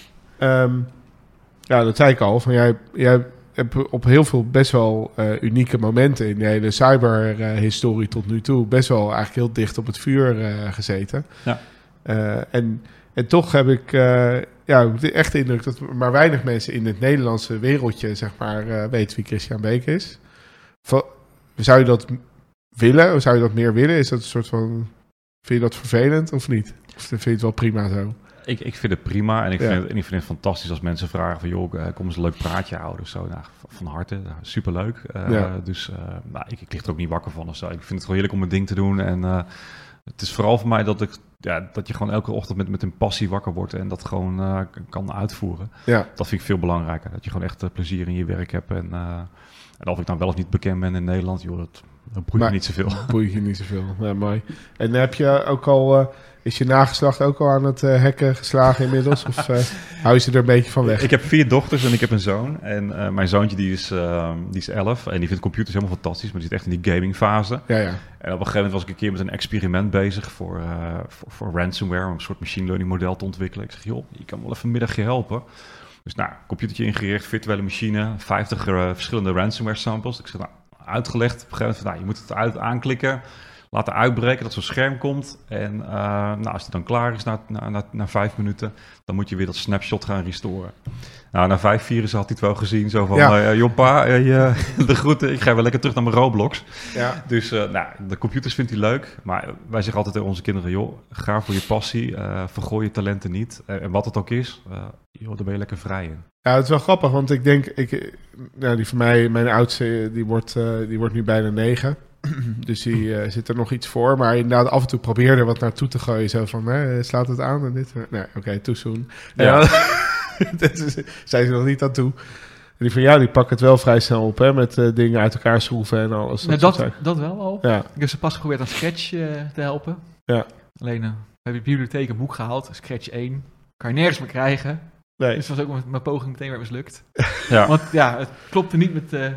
Um, ja, dat zei ik al. Van jij, jij hebt op heel veel best wel uh, unieke momenten in de hele cyberhistorie uh, tot nu toe best wel eigenlijk heel dicht op het vuur uh, gezeten. Ja. Uh, en, en toch heb ik uh, ja, echt de indruk dat maar weinig mensen in het Nederlandse wereldje zeg maar uh, weten wie Christian Beek is. Van, zou je dat willen? Of zou je dat meer willen? Is dat een soort van... Vind je dat vervelend of niet? Of vind je het wel prima zo? Ik, ik vind het prima en ik, Ja. vind het, en ik vind het fantastisch als mensen vragen van... joh, uh, kom eens een leuk praatje houden of zo. Nou, van- van harte, uh, superleuk. Uh, Ja. Dus uh, nou, ik, ik lig er ook niet wakker van of zo. Ik vind het gewoon heerlijk om mijn ding te doen. En uh, het is vooral voor mij dat ik ja, dat je gewoon elke ochtend met, met een passie wakker wordt en dat gewoon uh, kan uitvoeren. Ja. Dat vind ik veel belangrijker. Dat je gewoon echt uh, plezier in je werk hebt. En, uh, en of ik dan wel of niet bekend ben in Nederland, joh, dat, dat boeit me niet zoveel. Boeit je niet zoveel. Ja, mooi. En heb je ook al... Uh, is je nageslacht ook al aan het uh, hekken geslagen inmiddels? Of uh, hou je ze er een beetje van weg? Ik heb vier dochters en ik heb een zoon. En uh, mijn zoontje die is, uh, die is elf en die vindt computers helemaal fantastisch. Maar die zit echt in die gamingfase. Ja, ja. En op een gegeven moment was ik een keer met een experiment bezig voor, uh, voor, voor ransomware. Om een soort machine learning model te ontwikkelen. Ik zeg, joh, je kan wel even een middagje helpen. Dus nou, computertje ingericht, virtuele machine, vijftig uh, verschillende ransomware samples. Ik zeg, nou, uitgelegd. Op een gegeven moment, nou, je moet het uit aanklikken. Laten uitbreken, dat zo'n scherm komt. En uh, nou, als die dan klaar is na, na, na, na vijf minuten, dan moet je weer dat snapshot gaan restoren. Nou, na vijf virussen had hij het wel gezien. Zo van, ja. uh, Joppa, uh, de groeten, ik ga weer lekker terug naar mijn Roblox. Ja. Dus uh, nou, de computers vindt hij leuk. Maar wij zeggen altijd tegen onze kinderen, joh, ga voor je passie. Uh, vergooi je talenten niet. Uh, en wat het ook is, uh, joh, daar ben je lekker vrij in. Ja, het is wel grappig, want ik denk, ik, nou, die van mij, mijn oudste, die wordt, uh, die wordt nu bijna negen. Dus die uh, zit er nog iets voor. Maar inderdaad, af en toe probeerde er wat naartoe te gooien. Zo van, hè, slaat het aan en dit. Nee, oké, okay, too soon. Ja. Ja, dat is, zijn ze nog niet aan toe. En die van jou, die pakken het wel vrij snel op, hè. Met uh, dingen uit elkaar schroeven en alles. Dat, dat, dat, dat wel al. Ja. Ik heb ze pas geprobeerd aan Scratch uh, te helpen. Ja. Alleen, uh, we hebben de bibliotheek een boek gehaald. Scratch één. Kan je nergens meer krijgen. Nee. Dus dat was ook met mijn poging meteen weer mislukt. Ja. Want ja, het klopte niet met... Uh,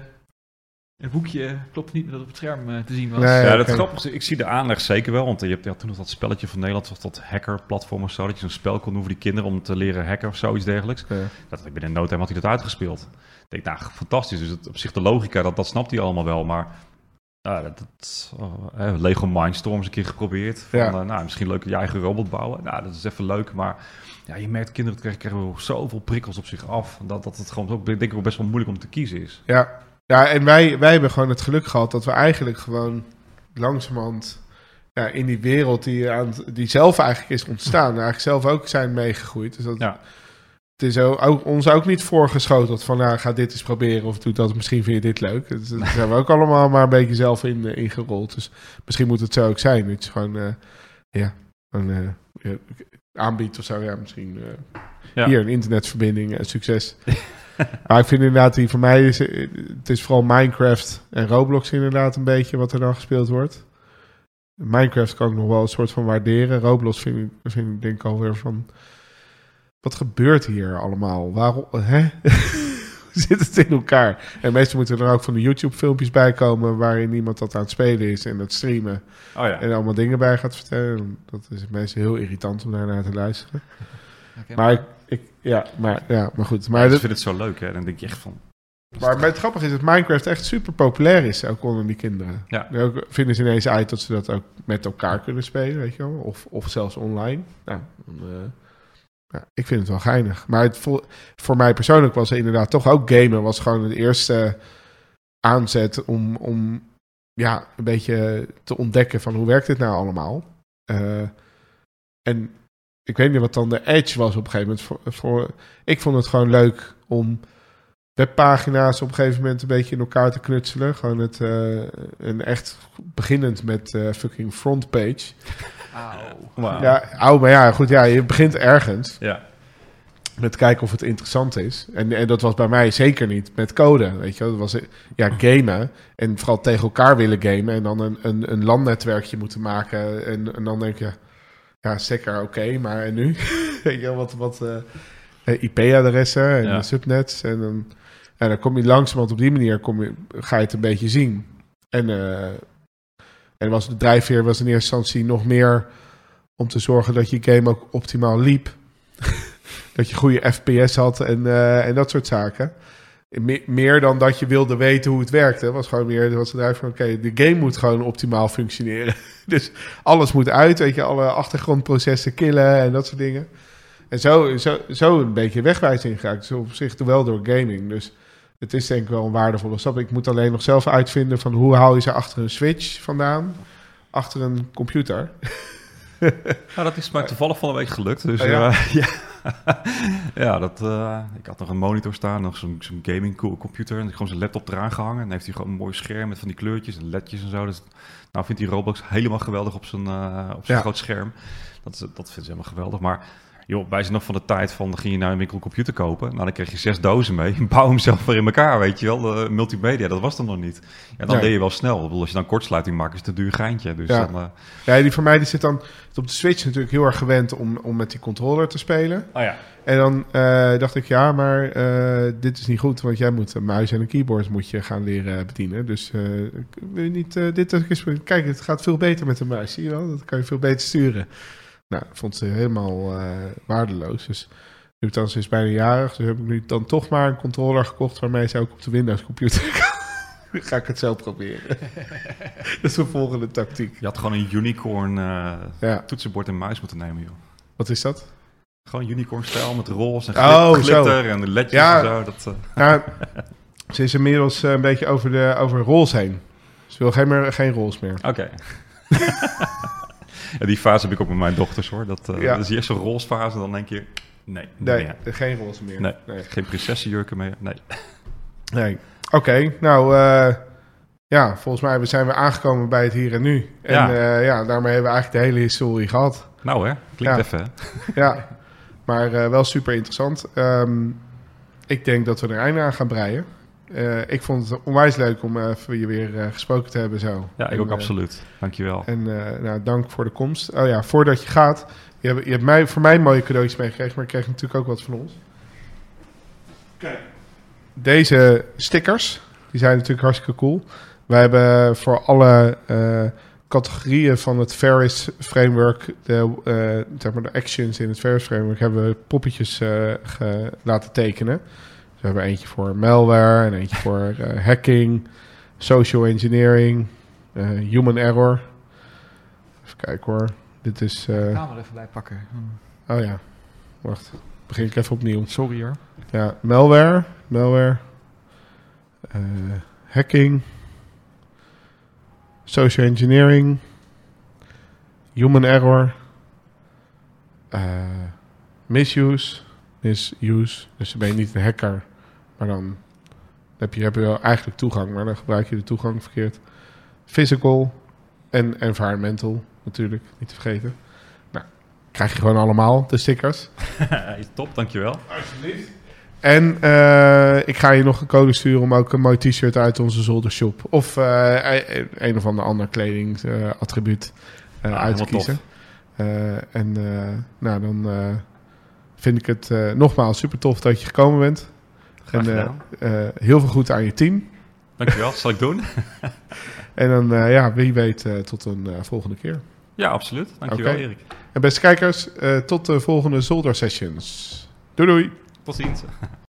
Het boekje klopt niet dat het op het scherm uh, te zien was. Nee, ja, dat is grappig. Ik zie de aanleg zeker wel. Want je hebt ja, toen nog dat spelletje van Nederland, was dat hacker-platform of zo. Dat je zo'n spel kon doen voor die kinderen om te leren hacken of zoiets dergelijks. Ja. Dat, ik ben in no time had hij dat uitgespeeld. Ik denk, nou, fantastisch. Dus het, op zich de logica, dat, dat snapt hij allemaal wel. Maar uh, dat, dat, uh, Lego Mindstorm eens een keer geprobeerd. Van, ja. uh, nou, misschien leuk je eigen robot bouwen. Nou, dat is even leuk, maar... Ja, je merkt, kinderen krijgen, krijgen zoveel prikkels op zich af. Dat, dat het gewoon ook, denk ik, wel best wel moeilijk om te kiezen is. Ja. Ja, en wij, wij hebben gewoon het geluk gehad dat we eigenlijk gewoon langzamerhand ja, in die wereld die, aan, die zelf eigenlijk is ontstaan, eigenlijk zelf ook zijn meegegroeid. Dus dat, ja. Het is ook, ook, ons ook niet voorgeschoteld van, nou, ga dit eens proberen of doe dat, misschien vind je dit leuk. Dus daar zijn we ook allemaal maar een beetje zelf in, uh, ingerold. Dus misschien moet het zo ook zijn. Dat je gewoon, uh, ja, een uh, ja, aanbiedt of zo. Ja, misschien uh, ja. hier een internetverbinding, uh, succes. Maar ik vind inderdaad, die voor mij is het is vooral Minecraft en Roblox inderdaad een beetje wat er dan gespeeld wordt. Minecraft kan ik nog wel een soort van waarderen. Roblox vind ik, vind ik denk ik alweer van, wat gebeurt hier allemaal? Waarom, hè? Hoe zit het in elkaar? En meestal moeten er ook van de YouTube filmpjes bij komen waarin iemand dat aan het spelen is en het streamen. Oh ja. En allemaal dingen bij gaat vertellen. Dat is meestal heel irritant om daarnaar te luisteren. Okay, maar ik, ik, ja, maar, ja, maar goed. Maar ja, ik vind het zo leuk, hè? Dan denk je echt van... Maar het grappige is dat Minecraft echt super populair is, ook onder die kinderen. Ja. Ook vinden ze ineens uit dat ze dat ook met elkaar kunnen spelen, weet je wel. Of, of zelfs online. Nou, uh, ja, ik vind het wel geinig. Maar het, voor, voor mij persoonlijk was het inderdaad toch ook gamen. Was gewoon het eerste aanzet om, om ja, een beetje te ontdekken van hoe werkt dit nou allemaal. Uh, en... Ik weet niet wat dan de edge was op een gegeven moment. Voor, voor, ik vond het gewoon leuk om webpagina's op een gegeven moment een beetje in elkaar te knutselen. Gewoon het, uh, een echt beginnend met uh, fucking frontpage. Auw. Wow. Ja, auw, maar ja, goed, ja, je begint ergens. Ja. Met kijken of het interessant is. En, en dat was bij mij zeker niet met code, weet je wel. Dat was, ja, gamen. En vooral tegen elkaar willen gamen. En dan een, een, een LAN-netwerkje moeten maken. En, en dan denk je... Ja, zeker oké, okay, maar en nu? Weet je, wat, wat uh, I P-adressen en ja. subnets. En dan, en dan kom je langzaam, want op die manier kom je, ga je het een beetje zien. En, uh, en was de drijfveer was in eerste instantie nog meer om te zorgen dat je game ook optimaal liep. Dat je goede F P S had en, uh, en dat soort zaken. Me- meer dan dat je wilde weten hoe het werkte. Was gewoon meer was de drijf van oké, okay, de game moet gewoon optimaal functioneren. Dus alles moet uit, weet je, alle achtergrondprocessen killen en dat soort dingen. En zo, zo, zo een beetje wegwijzing geraakt. Dus op zich wel door gaming. Dus het is denk ik wel een waardevolle stap. Ik moet alleen nog zelf uitvinden van hoe haal je ze achter een switch vandaan, achter een computer. Nou, dat is mij toevallig van de week gelukt. Dus, oh, ja. Uh, ja. ja, dat, uh, ik had nog een monitor staan, nog zo'n, zo'n gaming computer. En gewoon zijn laptop eraan gehangen. En dan heeft hij gewoon een mooi scherm met van die kleurtjes en ledjes en zo. Dus, nou vindt hij Roblox helemaal geweldig op zijn, uh, op zijn ja. groot scherm. Dat, dat vindt ze helemaal geweldig. Maar joh, wij zijn nog van de tijd van, dan ging je naar een winkel een computer kopen. Nou, dan kreeg je zes dozen mee. Bouw hem zelf weer in elkaar, weet je wel. De multimedia, dat was er nog niet. Ja, dan nee. deed je wel snel. Ik bedoel, als je dan kortsluiting maakt, is het een duur geintje. Dus ja. dan, uh... ja, die voor mij die zit dan op de Switch natuurlijk heel erg gewend om, om met die controller te spelen. Oh ja. En dan uh, dacht ik, ja, maar uh, dit is niet goed, want jij moet een muis en een keyboard moet je gaan leren bedienen. Dus uh, wil je niet uh, dit eens... Kijk, het gaat veel beter met een muis, zie je wel? Dat kan je veel beter sturen. Nou, vond ze helemaal uh, waardeloos. Dus nu dan is bijna jarig, dus heb ik nu dan toch maar een controller gekocht waarmee ze ook op de Windows computer kan. Dan ga ik het zelf proberen. Dat is de volgende tactiek. Je had gewoon een unicorn uh, ja. toetsenbord en muis moeten nemen, joh. Wat is dat? Gewoon unicorn-stijl met roze en oh, glitter zo. en ledjes ja, en zo. Dat, uh... nou, ze is inmiddels uh, een beetje over de over roze heen. Ze wil geen, meer, geen roze meer. Oké. Okay. Ja, die fase heb ik ook met mijn dochters, hoor. Dat, uh, ja. dat is eerst zo'n roze fase, dan denk je... Nee, nee meer. Geen roze meer. Nee, nee. Geen prinsessenjurken meer, nee. Nee. Oké, okay, nou... Uh, ja, volgens mij zijn we aangekomen bij het hier en nu. En ja, uh, ja daarmee hebben we eigenlijk de hele historie gehad. Nou hè, klinkt ja. even hè. Ja, maar uh, wel super interessant. Um, ik denk dat we er einde aan gaan breien. Uh, ik vond het onwijs leuk om uh, voor je weer uh, gesproken te hebben zo. Ja, ik en, ook uh, absoluut. Dankjewel. En uh, nou, dank voor de komst. Oh ja, voordat je gaat, je hebt, je hebt mij, voor mij mooie cadeautjes meegekregen, maar ik kreeg natuurlijk ook wat van ons. Kijk. Deze stickers, die zijn natuurlijk hartstikke cool. Wij hebben voor alle uh, categorieën van het Ferris Framework, de, uh, zeg maar de actions in het Ferris Framework, hebben we poppetjes uh, ge, laten tekenen. Dus we hebben eentje voor malware en eentje voor uh, hacking, social engineering, uh, human error. Even kijken hoor. Dit is... Uh, ik ga hem er even bij pakken. Oh ja, wacht. Begin ik even opnieuw. Sorry hoor. Ja, malware, malware, uh, hacking, social engineering, human error, uh, misuse, misuse. Dus dan ben je niet een hacker, maar dan heb je, heb je wel eigenlijk toegang, maar dan gebruik je de toegang verkeerd. Physical en environmental natuurlijk, niet te vergeten. Nou, krijg je gewoon allemaal, de stickers. Top, dankjewel. Alsjeblieft. En uh, ik ga je nog een code sturen om ook een mooi t-shirt uit onze zoldershop of uh, een of ander ander kledingattribuut uh, uh, ah, uit te kiezen. Uh, en uh, nou, dan uh, vind ik het uh, nogmaals super tof dat je gekomen bent. Graag en uh, uh, heel veel goed aan je team. Dankjewel, zal ik doen. En dan, uh, ja, wie weet, uh, tot een uh, volgende keer. Ja, absoluut. Dankjewel, okay. Erik. En beste kijkers, uh, tot de volgende Zolder Sessions. Doei doei. Tot ziens.